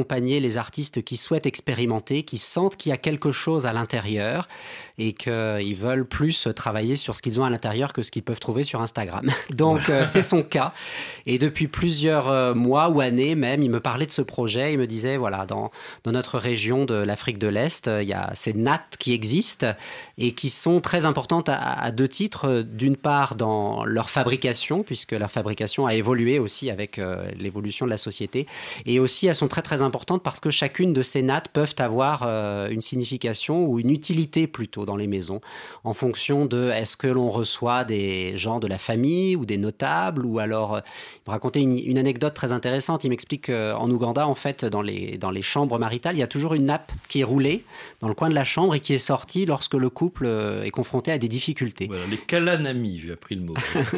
[SPEAKER 4] accompagner les artistes qui souhaitent expérimenter, qui sentent qu'il y a quelque chose à l'intérieur et qu'ils veulent plus travailler sur ce qu'ils ont à l'intérieur que ce qu'ils peuvent trouver sur Instagram. Donc, euh, c'est son cas. Et depuis plusieurs euh, mois ou années même, il me parlait de ce projet. Il me disait, voilà, dans, dans notre région de l'Afrique de l'Est, il y a ces nattes qui existent et qui sont très importantes à, à deux titres. D'une part, dans leur fabrication, puisque leur fabrication a évolué aussi avec euh, l'évolution de la société. Et aussi, elles sont très, très importantes parce que chacune de ces nattes peuvent avoir euh, une signification ou une utilité plutôt dans les maisons, en fonction de est-ce que l'on reçoit des gens de la famille ou des notables, ou alors, euh, il me racontait une, une anecdote très intéressante. Il m'explique qu'en Ouganda, en fait, dans les, dans les chambres maritales, il y a toujours une nappe qui est roulée dans le coin de la chambre et qui est sortie lorsque le couple euh, est confronté à des difficultés.
[SPEAKER 3] Voilà, les kalanami, j'ai appris le mot.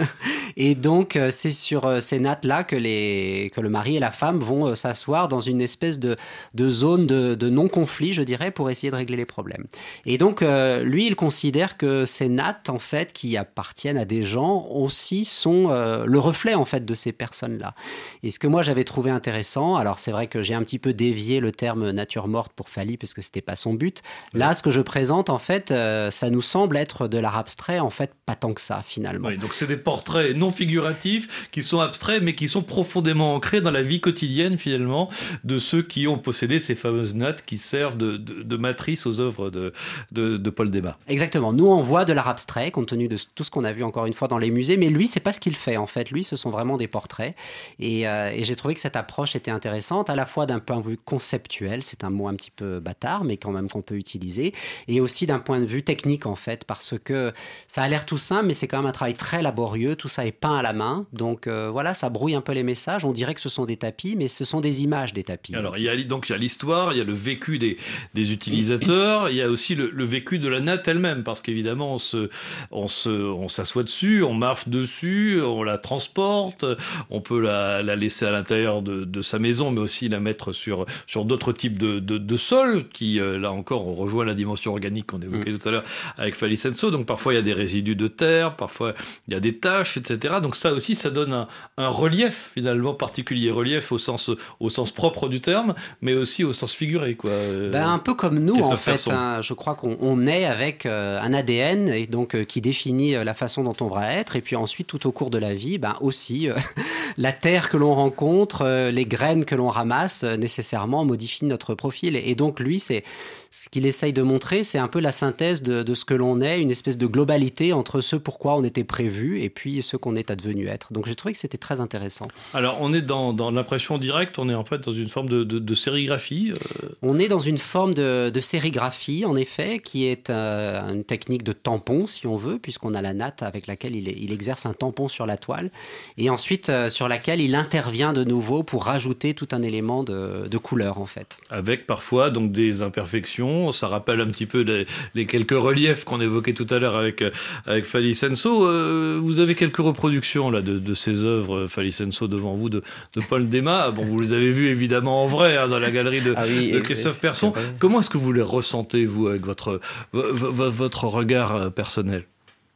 [SPEAKER 4] Et donc, euh, c'est sur euh, ces nattes-là que, les, que le mari et la femme vont euh, s'asseoir dans une espèce de, de zone de, de non-conflit, je dirais, pour essayer de régler les problèmes. Et donc, euh, lui, il considère que ces nattes, en fait, qui appartiennent à des gens, aussi sont euh, le reflet, en fait, de ces personnes-là. Et ce que moi, j'avais trouvé intéressant, alors c'est vrai que j'ai un petit peu dévié le terme nature morte pour Fally, parce que c'était pas son but. Là, ouais. Ce que je présente, en fait, euh, ça nous semble être de l'art abstrait, en fait, pas tant que ça, finalement.
[SPEAKER 3] Oui, donc c'est des portraits non figuratifs, qui sont abstraits, mais qui sont profondément ancrés dans la vie quotidienne, finalement, de ceux qui ont possédé ces fameuses nattes qui servent de, de, de matrice aux œuvres de, de, de Paul Démas.
[SPEAKER 4] Exactement. Nous, on voit de l'art abstrait, compte tenu de tout ce qu'on a vu encore une fois dans les musées, mais lui, c'est pas ce qu'il fait, en fait. Lui, ce sont vraiment des portraits. Et, euh, et j'ai trouvé que cette approche était intéressante, à la fois d'un point de vue conceptuel, c'est un mot un petit peu bâtard, mais quand même qu'on peut utiliser, et aussi d'un point de vue technique, en fait, parce que ça a l'air tout simple, mais c'est quand même un travail très laborieux, tout ça est peint à la main, donc euh, voilà, ça brouille un peu les messages, on dirait que ce sont des tapis, mais ce sont des images des tapis.
[SPEAKER 3] Alors, il y a, donc il y a l'histoire, il y a le vécu des, des utilisateurs, il y a aussi le, le vécu de la natte elle-même, parce qu'évidemment, on, se, on, se, on s'assoit dessus, on marche dessus, on la transporte, on peut la, la laisser à l'intérieur de, de sa maison, mais aussi la mettre sur, sur d'autres types de, de, de sols, qui, euh, là encore, on rejoint la dimension organique qu'on évoquait mmh. tout à l'heure avec Fally Senso. Donc, parfois, il y a des résidus de terre, parfois, il y a des taches, et cetera. Donc, ça aussi, ça donne un, un relief, finalement, particulier. Relief au sens, au sens propre du terme, mais aussi au sens figuré, quoi.
[SPEAKER 4] Ben, un peu comme nous, en fait. Hein, je crois qu'on on est avec euh, un A D N, et donc, euh, qui définit euh, la façon dont on va être. Et puis ensuite, tout au cours de la vie, ben, aussi, euh, la terre que l'on rencontre, euh, les graines que l'on ramasse, euh, nécessairement modifient notre profil. Et, et donc, lui, c'est ce qu'il essaye de montrer, c'est un peu la synthèse de, de ce que l'on est, une espèce de globalité entre ce pourquoi on était prévu et puis ce qu'on est advenu être. Donc j'ai trouvé que c'était très intéressant.
[SPEAKER 3] Alors on est dans, dans l'impression directe, on est en fait dans une forme de, de, de sérigraphie. Euh...
[SPEAKER 4] On est dans une forme de, de sérigraphie, en effet, qui est euh, une technique de tampon, si on veut, puisqu'on a la natte avec laquelle il, il exerce un tampon sur la toile, et ensuite euh, sur laquelle il intervient de nouveau pour rajouter tout un élément de, de couleur, en fait.
[SPEAKER 3] Avec parfois donc des imperfections. Ça rappelle un petit peu les, les quelques reliefs qu'on évoquait tout à l'heure avec, avec Fally Senso. Euh, vous avez quelques reproductions là, de, de ces œuvres, Fally Senso, devant vous, de, de Paul Démas. Bon, vous les avez vues évidemment en vrai hein, dans la galerie de, ah oui, de Christophe Persson. Comment est-ce que vous les ressentez, vous, avec votre, votre, votre regard personnel ?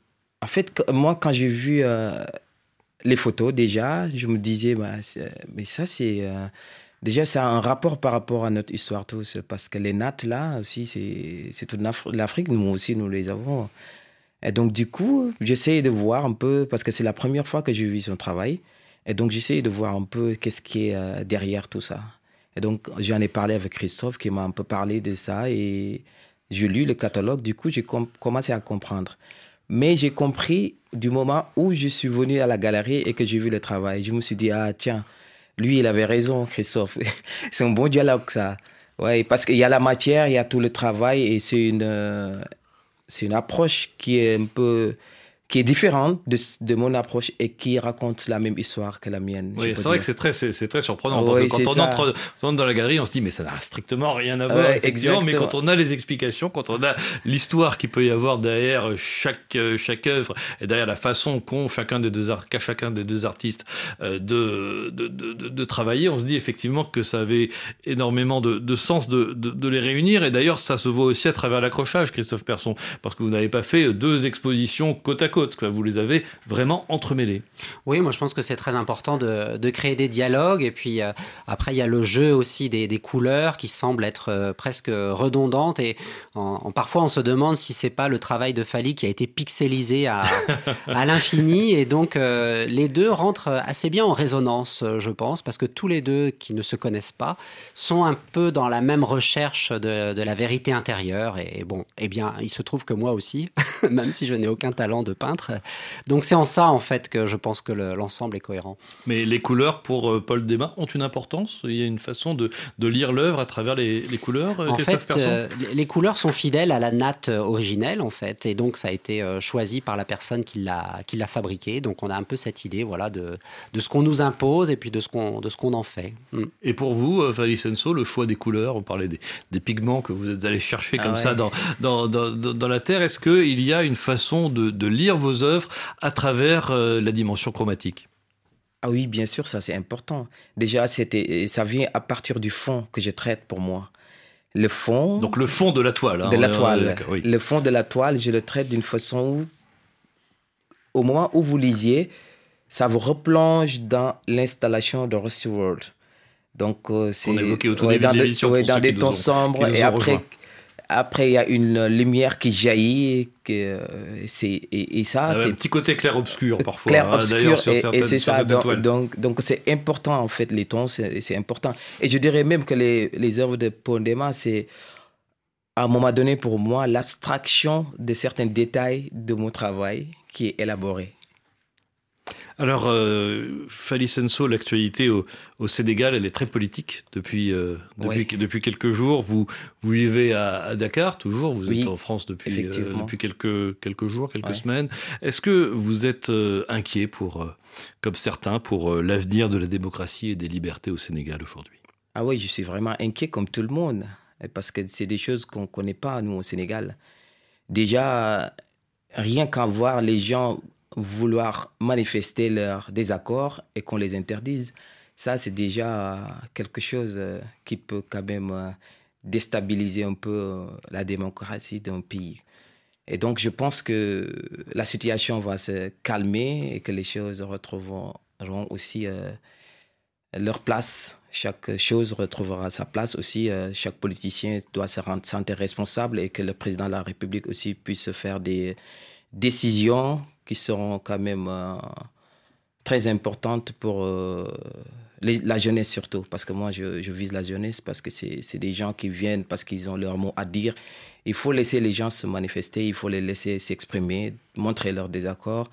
[SPEAKER 5] En fait, moi, quand j'ai vu euh, les photos, déjà, je me disais, bah, mais ça, c'est... Euh, Déjà, ça a un rapport par rapport à notre histoire tous, parce que les nattes, là, aussi, c'est, c'est toute l'Afrique, nous aussi, nous les avons. Et donc, du coup, j'essaie de voir un peu, parce que c'est la première fois que j'ai vu son travail, et donc j'essaie de voir un peu qu'est-ce qui est euh, derrière tout ça. Et donc, j'en ai parlé avec Christophe, qui m'a un peu parlé de ça, et j'ai lu le catalogue, du coup, j'ai com- commencé à comprendre. Mais j'ai compris du moment où je suis venu à la galerie et que j'ai vu le travail. Je me suis dit, ah, tiens, lui, il avait raison, Christophe. C'est un bon dialogue, ça. Ouais, parce qu'il y a la matière, il y a tout le travail et c'est une, euh, c'est une approche qui est un peu... qui est différente de, de mon approche et qui raconte la même histoire que la mienne.
[SPEAKER 3] Oui, c'est dire. vrai que c'est très, c'est, c'est très surprenant.
[SPEAKER 5] Oui,
[SPEAKER 3] quand on
[SPEAKER 5] ça.
[SPEAKER 3] entre, on entre dans la galerie, on se dit, mais ça n'a strictement rien à voir.
[SPEAKER 5] Ouais,
[SPEAKER 3] effectivement, mais quand on a les explications, quand on a l'histoire qu'il peut y avoir derrière chaque, chaque œuvre et derrière la façon qu'ont chacun des deux, art, qu'a chacun des deux artistes de, de, de, de, de travailler, on se dit effectivement que ça avait énormément de, de sens de, de, de les réunir. Et d'ailleurs, ça se voit aussi à travers l'accrochage, Christophe Persson, parce que vous n'avez pas fait deux expositions côte à côte. côte, quoi. Vous les avez vraiment entremêlés.
[SPEAKER 4] Oui, moi je pense que c'est très important de, de créer des dialogues. Et puis euh, après, il y a le jeu aussi des, des couleurs qui semblent être euh, presque redondantes. Et en, en, parfois, on se demande si c'est pas le travail de Fally qui a été pixelisé à, à l'infini. Et donc, euh, les deux rentrent assez bien en résonance, je pense, parce que tous les deux qui ne se connaissent pas sont un peu dans la même recherche de, de la vérité intérieure. Et, et bon, eh bien, il se trouve que moi aussi, même si je n'ai aucun talent de peintre. Donc, c'est en ça, en fait, que je pense que le, l'ensemble est cohérent.
[SPEAKER 3] Mais les couleurs, pour euh, Paul Desmas, ont une importance. Il y a une façon de, de lire l'œuvre à travers les, les couleurs.
[SPEAKER 4] En fait, euh, les couleurs sont fidèles à la natte originelle, en fait, et donc ça a été euh, choisi par la personne qui l'a, qui l'a fabriqué. Donc, on a un peu cette idée, voilà, de, de ce qu'on nous impose et puis de ce qu'on, de ce qu'on en fait. Mm.
[SPEAKER 3] Et pour vous, euh, Fally Senso, le choix des couleurs, on parlait des, des pigments que vous êtes allés chercher comme ah ouais. ça dans, dans, dans, dans la terre. Est-ce qu'il y a une façon de, de lire vos œuvres à travers euh, la dimension chromatique ?
[SPEAKER 5] Ah oui, bien sûr, ça c'est important. Déjà, c'était, ça vient à partir du fond que je traite pour moi. Le fond...
[SPEAKER 3] Donc le fond de la toile. Hein,
[SPEAKER 5] de la toile.
[SPEAKER 3] Oui.
[SPEAKER 5] Le fond de la toile, je le traite d'une façon où, au moment où vous lisiez, ça vous replonge dans l'installation de Rusty World. Donc, euh, c'est...
[SPEAKER 3] On évoquait au tout
[SPEAKER 5] ouais,
[SPEAKER 3] début de l'émission.
[SPEAKER 5] Ouais, dans des tons sombres. Et après...
[SPEAKER 3] Rejoint.
[SPEAKER 5] Après, il y a une lumière qui jaillit, que, c'est, et, et ça,
[SPEAKER 3] ah,
[SPEAKER 5] c'est...
[SPEAKER 3] Un petit côté clair-obscur, parfois.
[SPEAKER 5] Clair-obscur,
[SPEAKER 3] hein, sur
[SPEAKER 5] et,
[SPEAKER 3] certaines,
[SPEAKER 5] et c'est
[SPEAKER 3] sur
[SPEAKER 5] ça. Donc,
[SPEAKER 3] toiles.
[SPEAKER 5] donc, donc, c'est important, en fait, les tons, c'est, c'est important. Et je dirais même que les, les œuvres de Paul Desmas, c'est, à un moment donné, pour moi, l'abstraction de certains détails de mon travail qui est élaboré.
[SPEAKER 3] Alors, euh, Fally Senso, l'actualité au, au Sénégal, elle est très politique depuis, euh, depuis,
[SPEAKER 5] oui.
[SPEAKER 3] depuis quelques jours. Vous, vous vivez à, à Dakar, toujours. Vous
[SPEAKER 5] oui,
[SPEAKER 3] êtes en France depuis, euh, depuis quelques, quelques jours, quelques
[SPEAKER 5] ouais.
[SPEAKER 3] semaines. Est-ce que vous êtes euh, inquiet, pour, euh, comme certains, pour euh, l'avenir de la démocratie et des libertés au Sénégal aujourd'hui ?
[SPEAKER 5] Ah oui, je suis vraiment inquiet comme tout le monde, parce que c'est des choses qu'on ne connaît pas, nous, au Sénégal. Déjà, rien qu'à voir les gens vouloir manifester leur désaccord et qu'on les interdise, ça c'est déjà quelque chose qui peut quand même déstabiliser un peu la démocratie d'un pays. Et donc je pense que la situation va se calmer et que les choses retrouveront aussi euh, leur place. Chaque chose retrouvera sa place aussi. Euh, chaque politicien doit se rendre, sentir responsable et que le président de la République aussi puisse faire des décisions qui seront quand même euh, très importantes pour euh, les, la jeunesse surtout. Parce que moi, je, je vise la jeunesse parce que c'est, c'est des gens qui viennent parce qu'ils ont leur mot à dire. Il faut laisser les gens se manifester, il faut les laisser s'exprimer, montrer leur désaccord,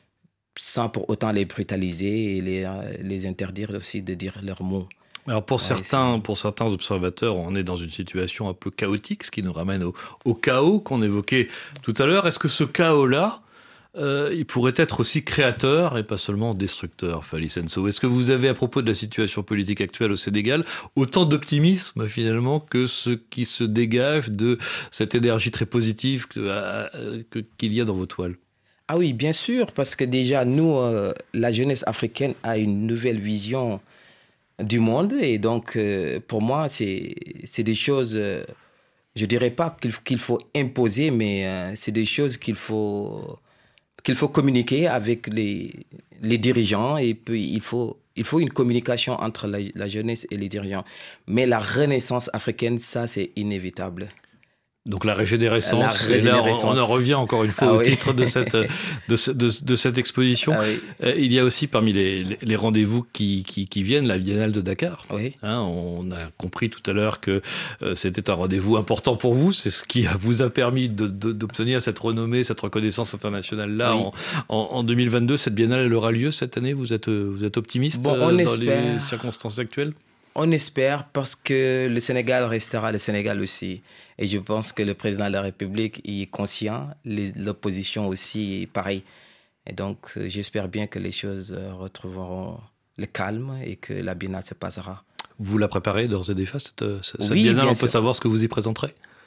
[SPEAKER 5] sans pour autant les brutaliser et les, les interdire aussi de dire leurs mots.
[SPEAKER 3] Alors pour,
[SPEAKER 5] ouais,
[SPEAKER 3] certains,
[SPEAKER 5] c'est...
[SPEAKER 3] pour certains observateurs, on est dans une situation un peu chaotique, ce qui nous ramène au, au chaos qu'on évoquait tout à l'heure. Est-ce que ce chaos-là, euh, il pourrait être aussi créateur et pas seulement destructeur, Fally Senso ? Est-ce que vous avez, à propos de la situation politique actuelle au Sénégal, autant d'optimisme finalement que ce qui se dégage de cette énergie très positive que, euh, que, qu'il y a dans vos toiles ?
[SPEAKER 5] Ah oui, bien sûr, parce que déjà, nous, euh, la jeunesse africaine a une nouvelle vision du monde. Et donc, euh, pour moi, c'est, c'est des choses, euh, je ne dirais pas qu'il, qu'il faut imposer, mais euh, c'est des choses qu'il faut, qu'il faut communiquer avec les, les dirigeants. Et puis, il faut, il faut une communication entre la, la jeunesse et les dirigeants. Mais la renaissance africaine, ça, c'est inévitable.
[SPEAKER 3] Donc la régénérescence,
[SPEAKER 5] la régénérescence.
[SPEAKER 3] Et là, on, on en revient encore une fois ah au oui. titre de cette, de, de, de cette exposition.
[SPEAKER 5] Ah oui.
[SPEAKER 3] euh, il y a aussi parmi les, les, les rendez-vous qui, qui, qui viennent la Biennale de Dakar.
[SPEAKER 5] Oui.
[SPEAKER 3] Hein, on a compris tout à l'heure que euh, c'était un rendez-vous important pour vous. C'est ce qui vous a permis de, de, d'obtenir cette renommée, cette reconnaissance internationale-là oui. en, en, en deux mille vingt-deux. Cette Biennale, elle aura lieu cette année. Vous êtes, vous êtes optimiste
[SPEAKER 5] bon, on
[SPEAKER 3] euh, dans
[SPEAKER 5] espère.
[SPEAKER 3] les circonstances actuelles ?
[SPEAKER 5] On espère parce que le Sénégal restera le Sénégal aussi. Et je pense que le président de la République est conscient, les, l'opposition aussi est pareil. Et donc, j'espère bien que les choses retrouveront le calme et que la Biennale se passera.
[SPEAKER 3] Vous la préparez d'ores et déjà, cette, cette
[SPEAKER 5] oui,
[SPEAKER 3] Biennale ? On
[SPEAKER 5] sûr.
[SPEAKER 3] peut savoir ce que vous y présenterez ?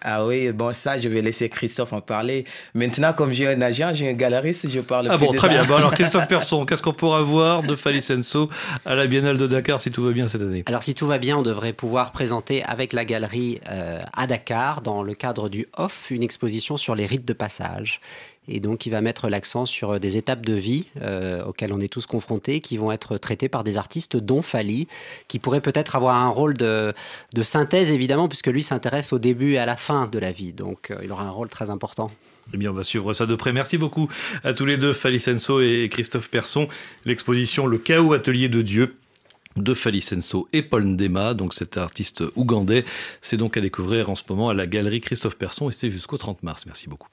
[SPEAKER 5] Ah oui, bon, ça, je vais laisser Christophe en parler. Maintenant, comme j'ai un agent, j'ai un galeriste, je parle
[SPEAKER 3] ah
[SPEAKER 5] plus
[SPEAKER 3] bon,
[SPEAKER 5] de
[SPEAKER 3] très
[SPEAKER 5] ça.
[SPEAKER 3] bien. Bon, alors, Christophe Persson, qu'est-ce qu'on pourra voir de Fally Senso à la Biennale de Dakar, si tout va bien cette année?
[SPEAKER 4] Alors, si tout va bien, on devrait pouvoir présenter avec la galerie euh, à Dakar, dans le cadre du O F F, une exposition sur les rites de passage. Et donc, il va mettre l'accent sur des étapes de vie euh, auxquelles on est tous confrontés, qui vont être traitées par des artistes, dont Fally, qui pourrait peut-être avoir un rôle de, de synthèse, évidemment, puisque lui s'intéresse au début et à la fin de la vie. Donc, euh, il aura un rôle très important.
[SPEAKER 3] Eh bien, on va suivre ça de près. Merci beaucoup à tous les deux, Fally Senso et Christophe Persson. L'exposition Le Chaos Atelier de Dieu de Fally Senso et Paul Ndema, donc cet artiste ougandais, c'est donc à découvrir en ce moment à la galerie Christophe Persson et c'est jusqu'au trente mars. Merci beaucoup.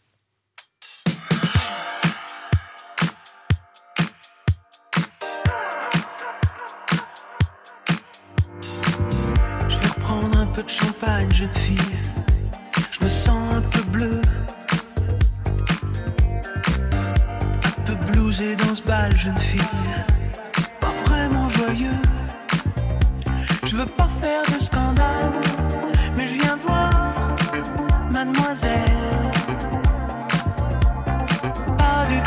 [SPEAKER 8] De champagne, jeune fille, je me sens un peu bleu, un peu blousé dans ce bal, jeune fille, pas vraiment joyeux. Je veux pas faire de scandale, mais je viens voir mademoiselle. Pas du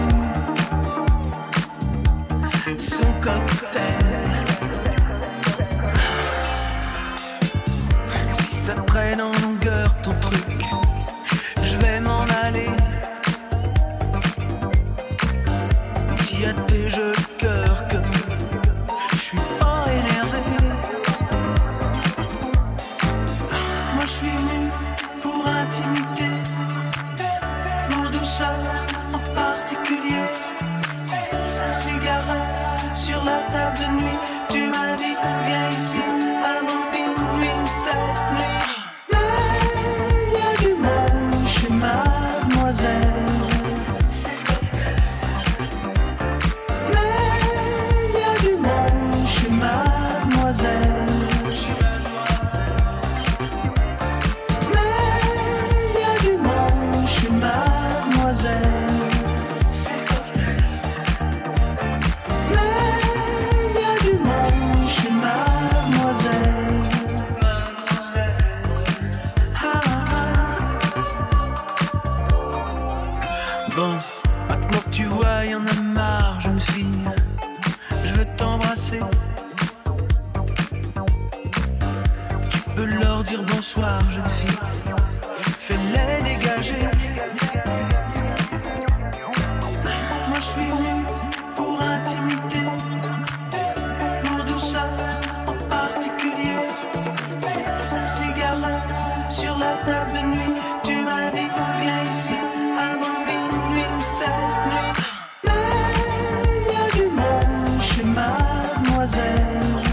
[SPEAKER 8] tout son cocktail. Ça traîne en longueur ton truc, je vais m'en aller. Qui a déjà le cœur que je suis pas énervé. Moi je suis venu pour intimité, pour douceur en particulier. Cigarette sur la table de nuit, tu m'as dit viens ici avant minuit, cette nuit. Bonsoir jeune fille, fais-les dégager. Moi je suis venu pour intimité, pour douceur en particulier. Cigarette sur la table de nuit, tu m'as dit viens ici avant minuit, cette nuit. Mais y a du monde chez mademoiselle.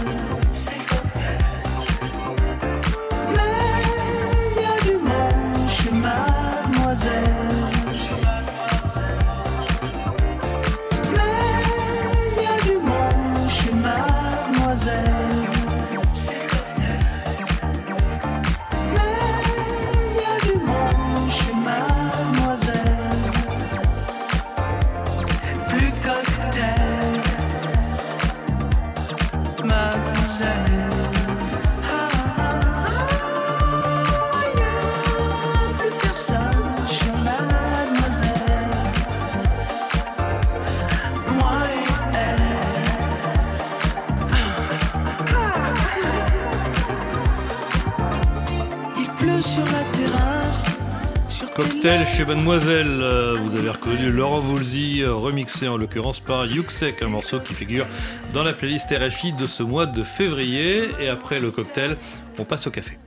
[SPEAKER 3] Cocktail chez Mademoiselle, vous avez reconnu Laurent Voulzy, remixé en l'occurrence par Yuxek, un morceau qui figure dans la playlist R F I de ce mois de février. Et après le cocktail, on passe au café.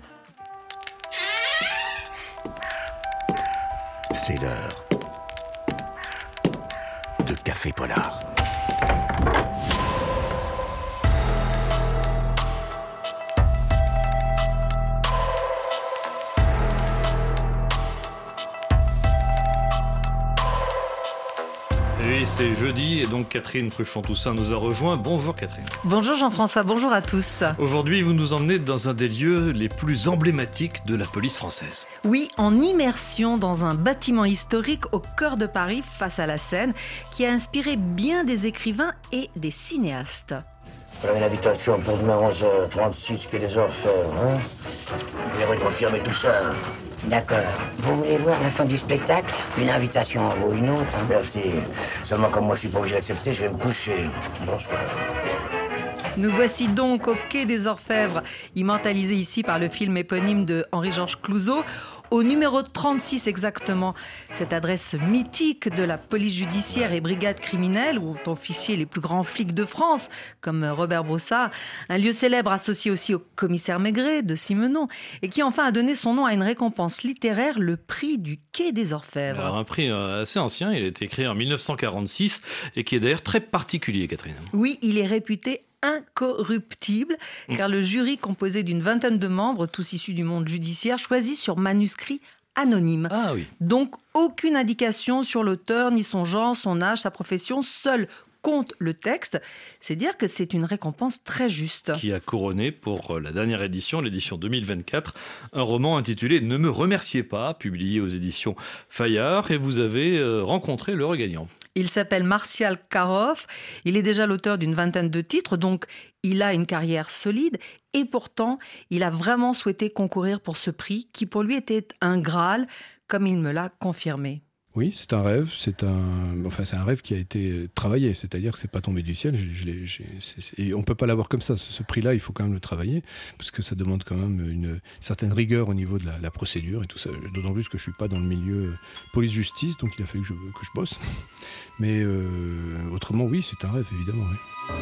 [SPEAKER 2] C'est l'heure de Café Polar.
[SPEAKER 3] Oui, c'est jeudi et donc Catherine Fruchon-Toussaint nous a rejoint. Bonjour Catherine.
[SPEAKER 9] Bonjour Jean-François, bonjour à tous.
[SPEAKER 3] Aujourd'hui, vous nous emmenez dans un des lieux les plus emblématiques de la police française.
[SPEAKER 9] Oui, en immersion dans un bâtiment historique au cœur de Paris, face à la Seine, qui a inspiré bien des écrivains et des cinéastes.
[SPEAKER 10] Voilà une invitation pour demain onze heures trente-six que les Orfèvres, hein? Vous allez confirmer tout ça. D'accord. Vous voulez voir la fin du spectacle? Une invitation ou une autre hein?
[SPEAKER 2] Merci. Seulement comme moi je suis pas obligé d'accepter, je vais me coucher. Bonsoir.
[SPEAKER 9] Nous voici donc au Quai des Orfèvres, immortalisé ici par le film éponyme de Henri-Georges Clouzot. Au numéro trente-six exactement, cette adresse mythique de la police judiciaire et brigade criminelle, où ont officié les plus grands flics de France, comme Robert Broussard, un lieu célèbre associé aussi au commissaire Maigret de Simenon, et qui enfin a donné son nom à une récompense littéraire, le prix du Quai des Orfèvres.
[SPEAKER 3] Alors un prix assez ancien, il a été créé en mille neuf cent quarante-six et qui est d'ailleurs très particulier, Catherine.
[SPEAKER 9] Oui, il est réputé incorruptible, car le jury, composé d'une vingtaine de membres, tous issus du monde judiciaire, choisit sur manuscrit anonyme.
[SPEAKER 3] Ah oui.
[SPEAKER 9] Donc, aucune indication sur l'auteur, ni son genre, son âge, sa profession, seul compte le texte. C'est dire que c'est une récompense très juste.
[SPEAKER 3] Qui a couronné pour la dernière édition, l'édition deux mille vingt-quatre, un roman intitulé « Ne me remerciez pas », publié aux éditions Fayard, et vous avez euh, rencontré l'heureux gagnant.
[SPEAKER 9] Il s'appelle Martial Karoff, il est déjà l'auteur d'une vingtaine de titres, donc il a une carrière solide et pourtant il a vraiment souhaité concourir pour ce prix qui pour lui était un Graal, comme il me l'a confirmé.
[SPEAKER 11] Oui, c'est un rêve, c'est un, enfin, c'est un rêve qui a été travaillé, c'est-à-dire que c'est pas tombé du ciel. Je, je l'ai, j'ai, c'est, et on peut pas l'avoir comme ça. Ce, ce prix-là, il faut quand même le travailler parce que ça demande quand même une certaine rigueur au niveau de la, la procédure et tout ça. D'autant plus que je suis pas dans le milieu police-justice, donc il a fallu que je, que je bosse. Mais euh, autrement, oui, c'est un rêve, évidemment. Oui.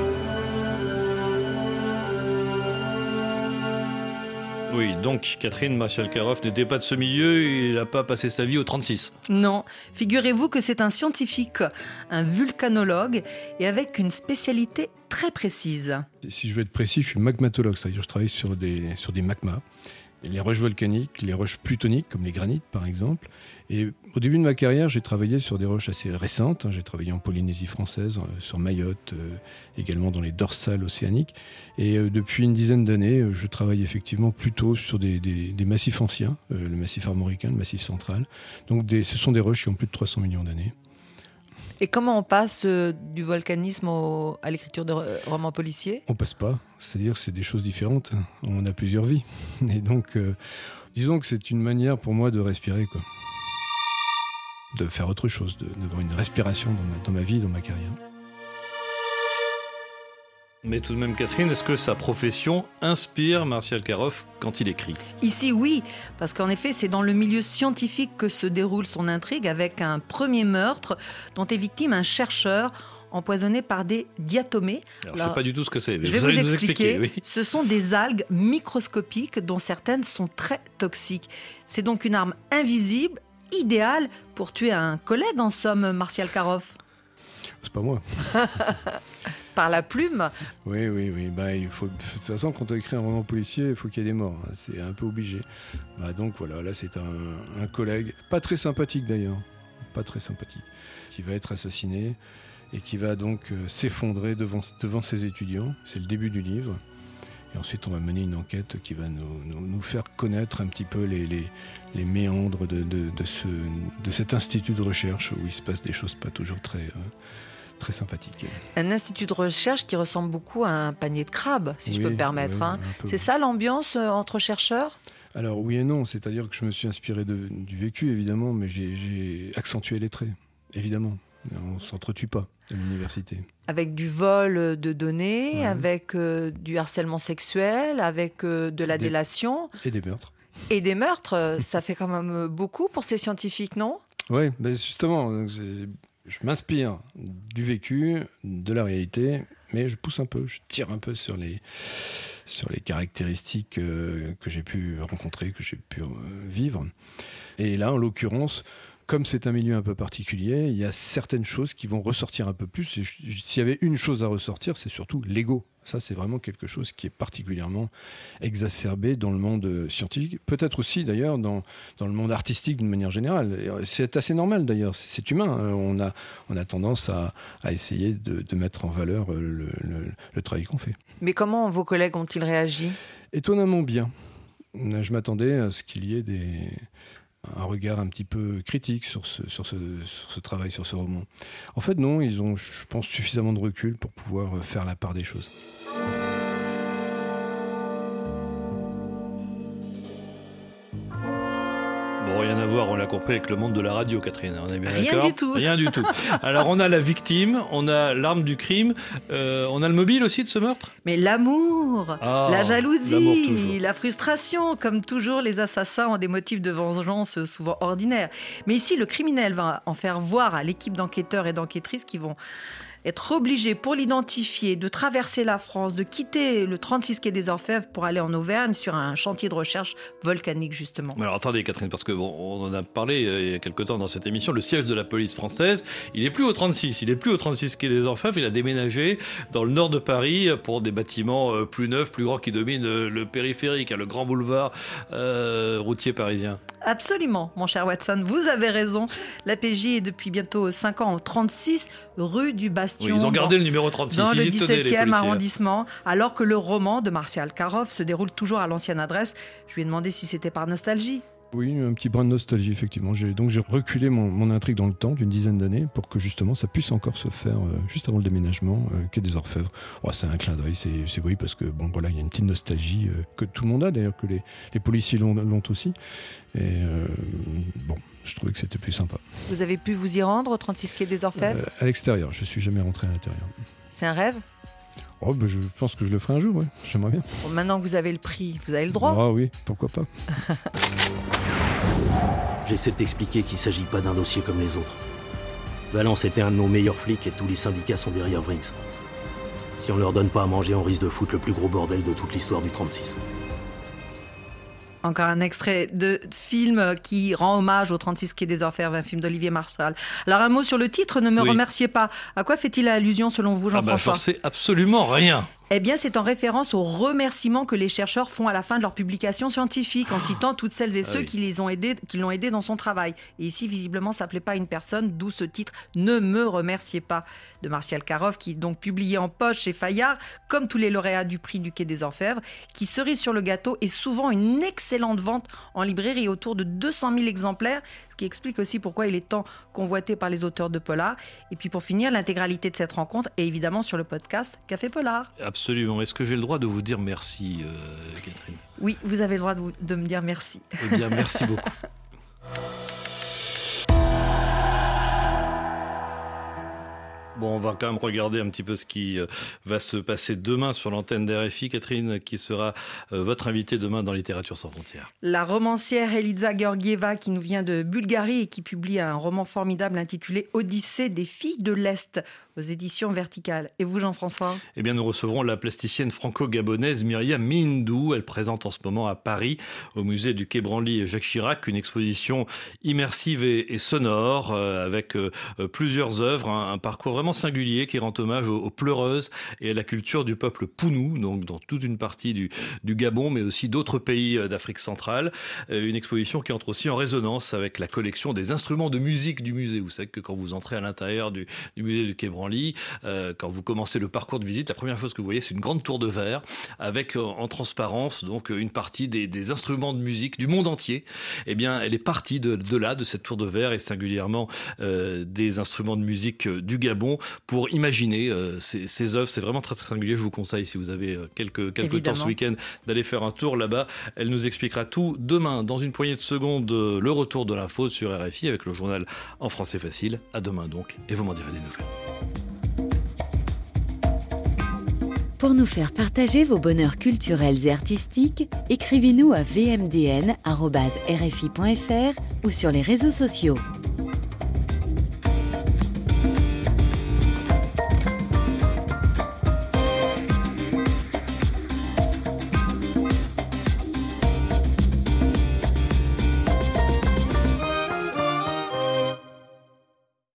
[SPEAKER 3] Oui, donc Catherine Martial-Karoff n'était pas de ce milieu, il n'a pas passé sa vie au trente-six.
[SPEAKER 9] Non, figurez-vous que c'est un scientifique, un vulcanologue, et avec une spécialité très précise.
[SPEAKER 11] Si je veux être précis, je suis magmatologue, c'est-à-dire que je travaille sur des, sur des magmas. Les roches volcaniques, les roches plutoniques, comme les granites par exemple. Et au début de ma carrière, j'ai travaillé sur des roches assez récentes. J'ai travaillé en Polynésie française, sur Mayotte, euh, également dans les dorsales océaniques. Et euh, depuis une dizaine d'années, je travaille effectivement plutôt sur des, des, des massifs anciens, euh, le massif armoricain, le massif central. Donc des, ce sont des roches qui ont plus de trois cents millions d'années.
[SPEAKER 9] Et comment on passe euh, du volcanisme au, à l'écriture de romans policiers ?
[SPEAKER 11] On passe pas, c'est-à-dire que c'est des choses différentes. On a plusieurs vies. Et donc, euh, disons que c'est une manière pour moi de respirer, quoi. De faire autre chose, de, d'avoir une respiration dans ma, dans ma vie, dans ma carrière.
[SPEAKER 3] Mais tout de même, Catherine, est-ce que sa profession inspire Martial Karoff quand il écrit ?
[SPEAKER 9] Ici, oui, parce qu'en effet, c'est dans le milieu scientifique que se déroule son intrigue, avec un premier meurtre dont est victime un chercheur empoisonné par des diatomées.
[SPEAKER 3] Alors, Alors, je ne sais pas du tout ce que c'est, mais
[SPEAKER 9] je vais
[SPEAKER 3] vous
[SPEAKER 9] vous
[SPEAKER 3] allez nous
[SPEAKER 9] expliquer.
[SPEAKER 3] expliquer. Oui.
[SPEAKER 9] Ce sont des algues microscopiques dont certaines sont très toxiques. C'est donc une arme invisible, idéale pour tuer un collègue, en somme, Martial Karoff.
[SPEAKER 11] C'est pas moi.
[SPEAKER 9] Par la plume.
[SPEAKER 11] Oui, oui, oui. Bah, il faut, de toute façon, quand on écrit un roman policier, il faut qu'il y ait des morts. C'est un peu obligé. Bah, donc voilà, là c'est un, un collègue, pas très sympathique d'ailleurs, pas très sympathique, qui va être assassiné et qui va donc euh, s'effondrer devant, devant ses étudiants. C'est le début du livre. Et ensuite, on va mener une enquête qui va nous, nous, nous faire connaître un petit peu les, les, les méandres de, de, de, ce, de cet institut de recherche où il se passe des choses pas toujours très... Euh, très sympathique.
[SPEAKER 9] Un institut de recherche qui ressemble beaucoup à un panier de crabes, si oui, je peux me permettre. Oui, hein. C'est ça l'ambiance euh, entre chercheurs ?
[SPEAKER 11] Alors oui et non, c'est-à-dire que je me suis inspiré de, du vécu évidemment, mais j'ai, j'ai accentué les traits, évidemment. On ne s'entretue pas à l'université.
[SPEAKER 9] Avec du vol de données, ouais. avec euh, du harcèlement sexuel, avec euh, de la
[SPEAKER 11] des...
[SPEAKER 9] délation.
[SPEAKER 11] Et des meurtres.
[SPEAKER 9] Et des meurtres, ça fait quand même beaucoup pour ces scientifiques, non ?
[SPEAKER 11] Oui, ben justement, c'est... je m'inspire du vécu, de la réalité, mais je pousse un peu, je tire un peu sur les, sur les caractéristiques euh, que j'ai pu rencontrer, que j'ai pu euh, vivre. Et là, en l'occurrence, comme c'est un milieu un peu particulier, il y a certaines choses qui vont ressortir un peu plus. S'il y avait une chose à ressortir, c'est surtout l'ego. Ça, c'est vraiment quelque chose qui est particulièrement exacerbé dans le monde scientifique, peut-être aussi d'ailleurs dans, dans le monde artistique d'une manière générale. C'est assez normal d'ailleurs, c'est, c'est humain. On a, on a tendance à, à essayer de, de mettre en valeur le, le, le travail qu'on fait.
[SPEAKER 9] Mais comment vos collègues ont-ils réagi ?
[SPEAKER 11] Étonnamment bien. Je m'attendais à ce qu'il y ait des... un regard un petit peu critique sur ce, sur, ce, sur ce travail, sur ce roman. En fait, non, ils ont, je pense, suffisamment de recul pour pouvoir faire la part des choses.
[SPEAKER 3] rien à voir, on l'a compris, avec le monde de la radio, Catherine. On est bien
[SPEAKER 9] Rien
[SPEAKER 3] d'accord ?
[SPEAKER 9] du tout.
[SPEAKER 3] Rien du tout. Alors, on a la victime, on a l'arme du crime, euh, on a le mobile aussi de ce meurtre ?
[SPEAKER 9] Mais l'amour,
[SPEAKER 3] Ah,
[SPEAKER 9] la
[SPEAKER 3] l'amour
[SPEAKER 9] jalousie,
[SPEAKER 3] toujours.
[SPEAKER 9] la frustration, comme toujours, les assassins ont des motifs de vengeance souvent ordinaires. Mais ici, le criminel va en faire voir à l'équipe d'enquêteurs et d'enquêtrices qui vont être obligés, pour l'identifier, de traverser la France, de quitter le trente-six quai des Orfèvres pour aller en Auvergne sur un chantier de recherche volcanique, justement.
[SPEAKER 3] Alors attendez Catherine, parce que bon, on en a parlé euh, il y a quelque temps dans cette émission, le siège de la police française, il n'est plus au trente-six, il n'est plus au trente-six quai des Orfèvres, il a déménagé dans le nord de Paris pour des bâtiments euh, plus neufs, plus grands qui dominent euh, le périphérique, hein, le grand boulevard euh, routier parisien.
[SPEAKER 9] Absolument, mon cher Watson, vous avez raison. La P J est depuis bientôt cinq ans au trente-six rue du Bastion.
[SPEAKER 3] Oui, ils ont gardé le numéro trente-six,
[SPEAKER 9] dans
[SPEAKER 3] ils
[SPEAKER 9] le
[SPEAKER 3] y tenaient, les
[SPEAKER 9] dix-septième
[SPEAKER 3] policiers.
[SPEAKER 9] arrondissement, alors que le roman de Martial Karov se déroule toujours à l'ancienne adresse. Je lui ai demandé si c'était par nostalgie.
[SPEAKER 11] Oui, un petit brin de nostalgie, effectivement. J'ai, donc j'ai reculé mon, mon intrigue dans le temps d'une dizaine d'années pour que justement ça puisse encore se faire euh, juste avant le déménagement, euh, quai des Orfèvres. Oh, c'est un clin d'œil, c'est, c'est oui, parce que bon, voilà, il y a une petite nostalgie euh, que tout le monde a, d'ailleurs, que les, les policiers l'ont, l'ont aussi. Et euh, bon, je trouvais que c'était plus sympa.
[SPEAKER 9] Vous avez pu vous y rendre au trente-six quai des Orfèvres ?
[SPEAKER 11] Euh, à l'extérieur, je suis jamais rentré à l'intérieur.
[SPEAKER 9] C'est un rêve ?
[SPEAKER 11] Oh, ben, je pense que je le ferai un jour, ouais. J'aimerais bien.
[SPEAKER 9] Bon, maintenant que vous avez le prix, vous avez le droit ?
[SPEAKER 11] Ah oui, pourquoi pas.
[SPEAKER 12] J'essaie de t'expliquer qu'il ne s'agit pas d'un dossier comme les autres. Valence était un de nos meilleurs flics et tous les syndicats sont derrière Vrix. Si on leur donne pas à manger, on risque de foutre le plus gros bordel de toute l'histoire du trente-six.
[SPEAKER 9] Encore un extrait de film qui rend hommage au trente-six quai des Orfèvres, un film d'Olivier Marchal. Alors un mot sur le titre, Ne me
[SPEAKER 3] Oui.
[SPEAKER 9] remerciez pas. À quoi fait-il allusion selon vous,
[SPEAKER 3] Ah bah,
[SPEAKER 9] Jean-François ?
[SPEAKER 3] j'en sais absolument rien.
[SPEAKER 9] Eh bien, c'est en référence aux remerciements que les chercheurs font à la fin de leur publication scientifique, en citant toutes celles et
[SPEAKER 3] Ah
[SPEAKER 9] ceux
[SPEAKER 3] oui.
[SPEAKER 9] qui les ont aidés, qui l'ont aidé dans son travail. Et ici, visiblement, ça ne plaît pas à une personne, d'où ce titre « Ne me remerciez pas » de Martial Karov, qui est donc publié en poche chez Fayard, comme tous les lauréats du prix du Quai des Orfèvres, qui, cerise sur le gâteau, est souvent une excellente vente en librairie, autour de deux cent mille exemplaires, ce qui explique aussi pourquoi il est tant convoité par les auteurs de polar. Et puis pour finir, l'intégralité de cette rencontre est évidemment sur le podcast Café Polar.
[SPEAKER 3] Absolument. Est-ce que j'ai le droit de vous dire merci, euh, Catherine ?
[SPEAKER 9] Oui, vous avez le droit de, vous- de me dire merci.
[SPEAKER 3] Eh bien, merci beaucoup. Bon, on va quand même regarder un petit peu ce qui euh, va se passer demain sur l'antenne d'R F I. Catherine, qui sera euh, votre invitée demain dans Littérature sans frontières.
[SPEAKER 9] La romancière Eliza Georgieva, qui nous vient de Bulgarie et qui publie un roman formidable intitulé Odyssée des filles de l'Est aux éditions Verticales. Et vous, Jean-François ?
[SPEAKER 3] Eh bien, nous recevrons la plasticienne franco-gabonaise Myriam Mindou. Elle présente en ce moment à Paris, au musée du Quai Branly Jacques Chirac, une exposition immersive et, et sonore euh, avec euh, plusieurs œuvres, un, un parcours vraiment singulier qui rend hommage aux, aux pleureuses et à la culture du peuple Pounou, donc dans toute une partie du, du Gabon, mais aussi d'autres pays euh, d'Afrique centrale. Euh, une exposition qui entre aussi en résonance avec la collection des instruments de musique du musée. Vous savez que quand vous entrez à l'intérieur du, du musée du Quai Branly, Euh, quand vous commencez le parcours de visite, la première chose que vous voyez, c'est une grande tour de verre avec euh, en transparence donc une partie des, des instruments de musique du monde entier. Eh bien, elle est partie de, de là, de cette tour de verre et singulièrement euh, des instruments de musique euh, du Gabon pour imaginer euh, ces, ces œuvres. C'est vraiment très, très singulier. Je vous conseille, si vous avez euh, quelques, quelques temps ce week-end, d'aller faire un tour là-bas. Elle nous expliquera tout demain. Dans une poignée de secondes, euh, le retour de l'info sur R F I avec le journal en français facile. À demain donc, et vous m'en direz des nouvelles.
[SPEAKER 1] Pour nous faire partager vos bonheurs culturels et artistiques, écrivez-nous à v m d n arobase r f i point f r ou sur les réseaux sociaux.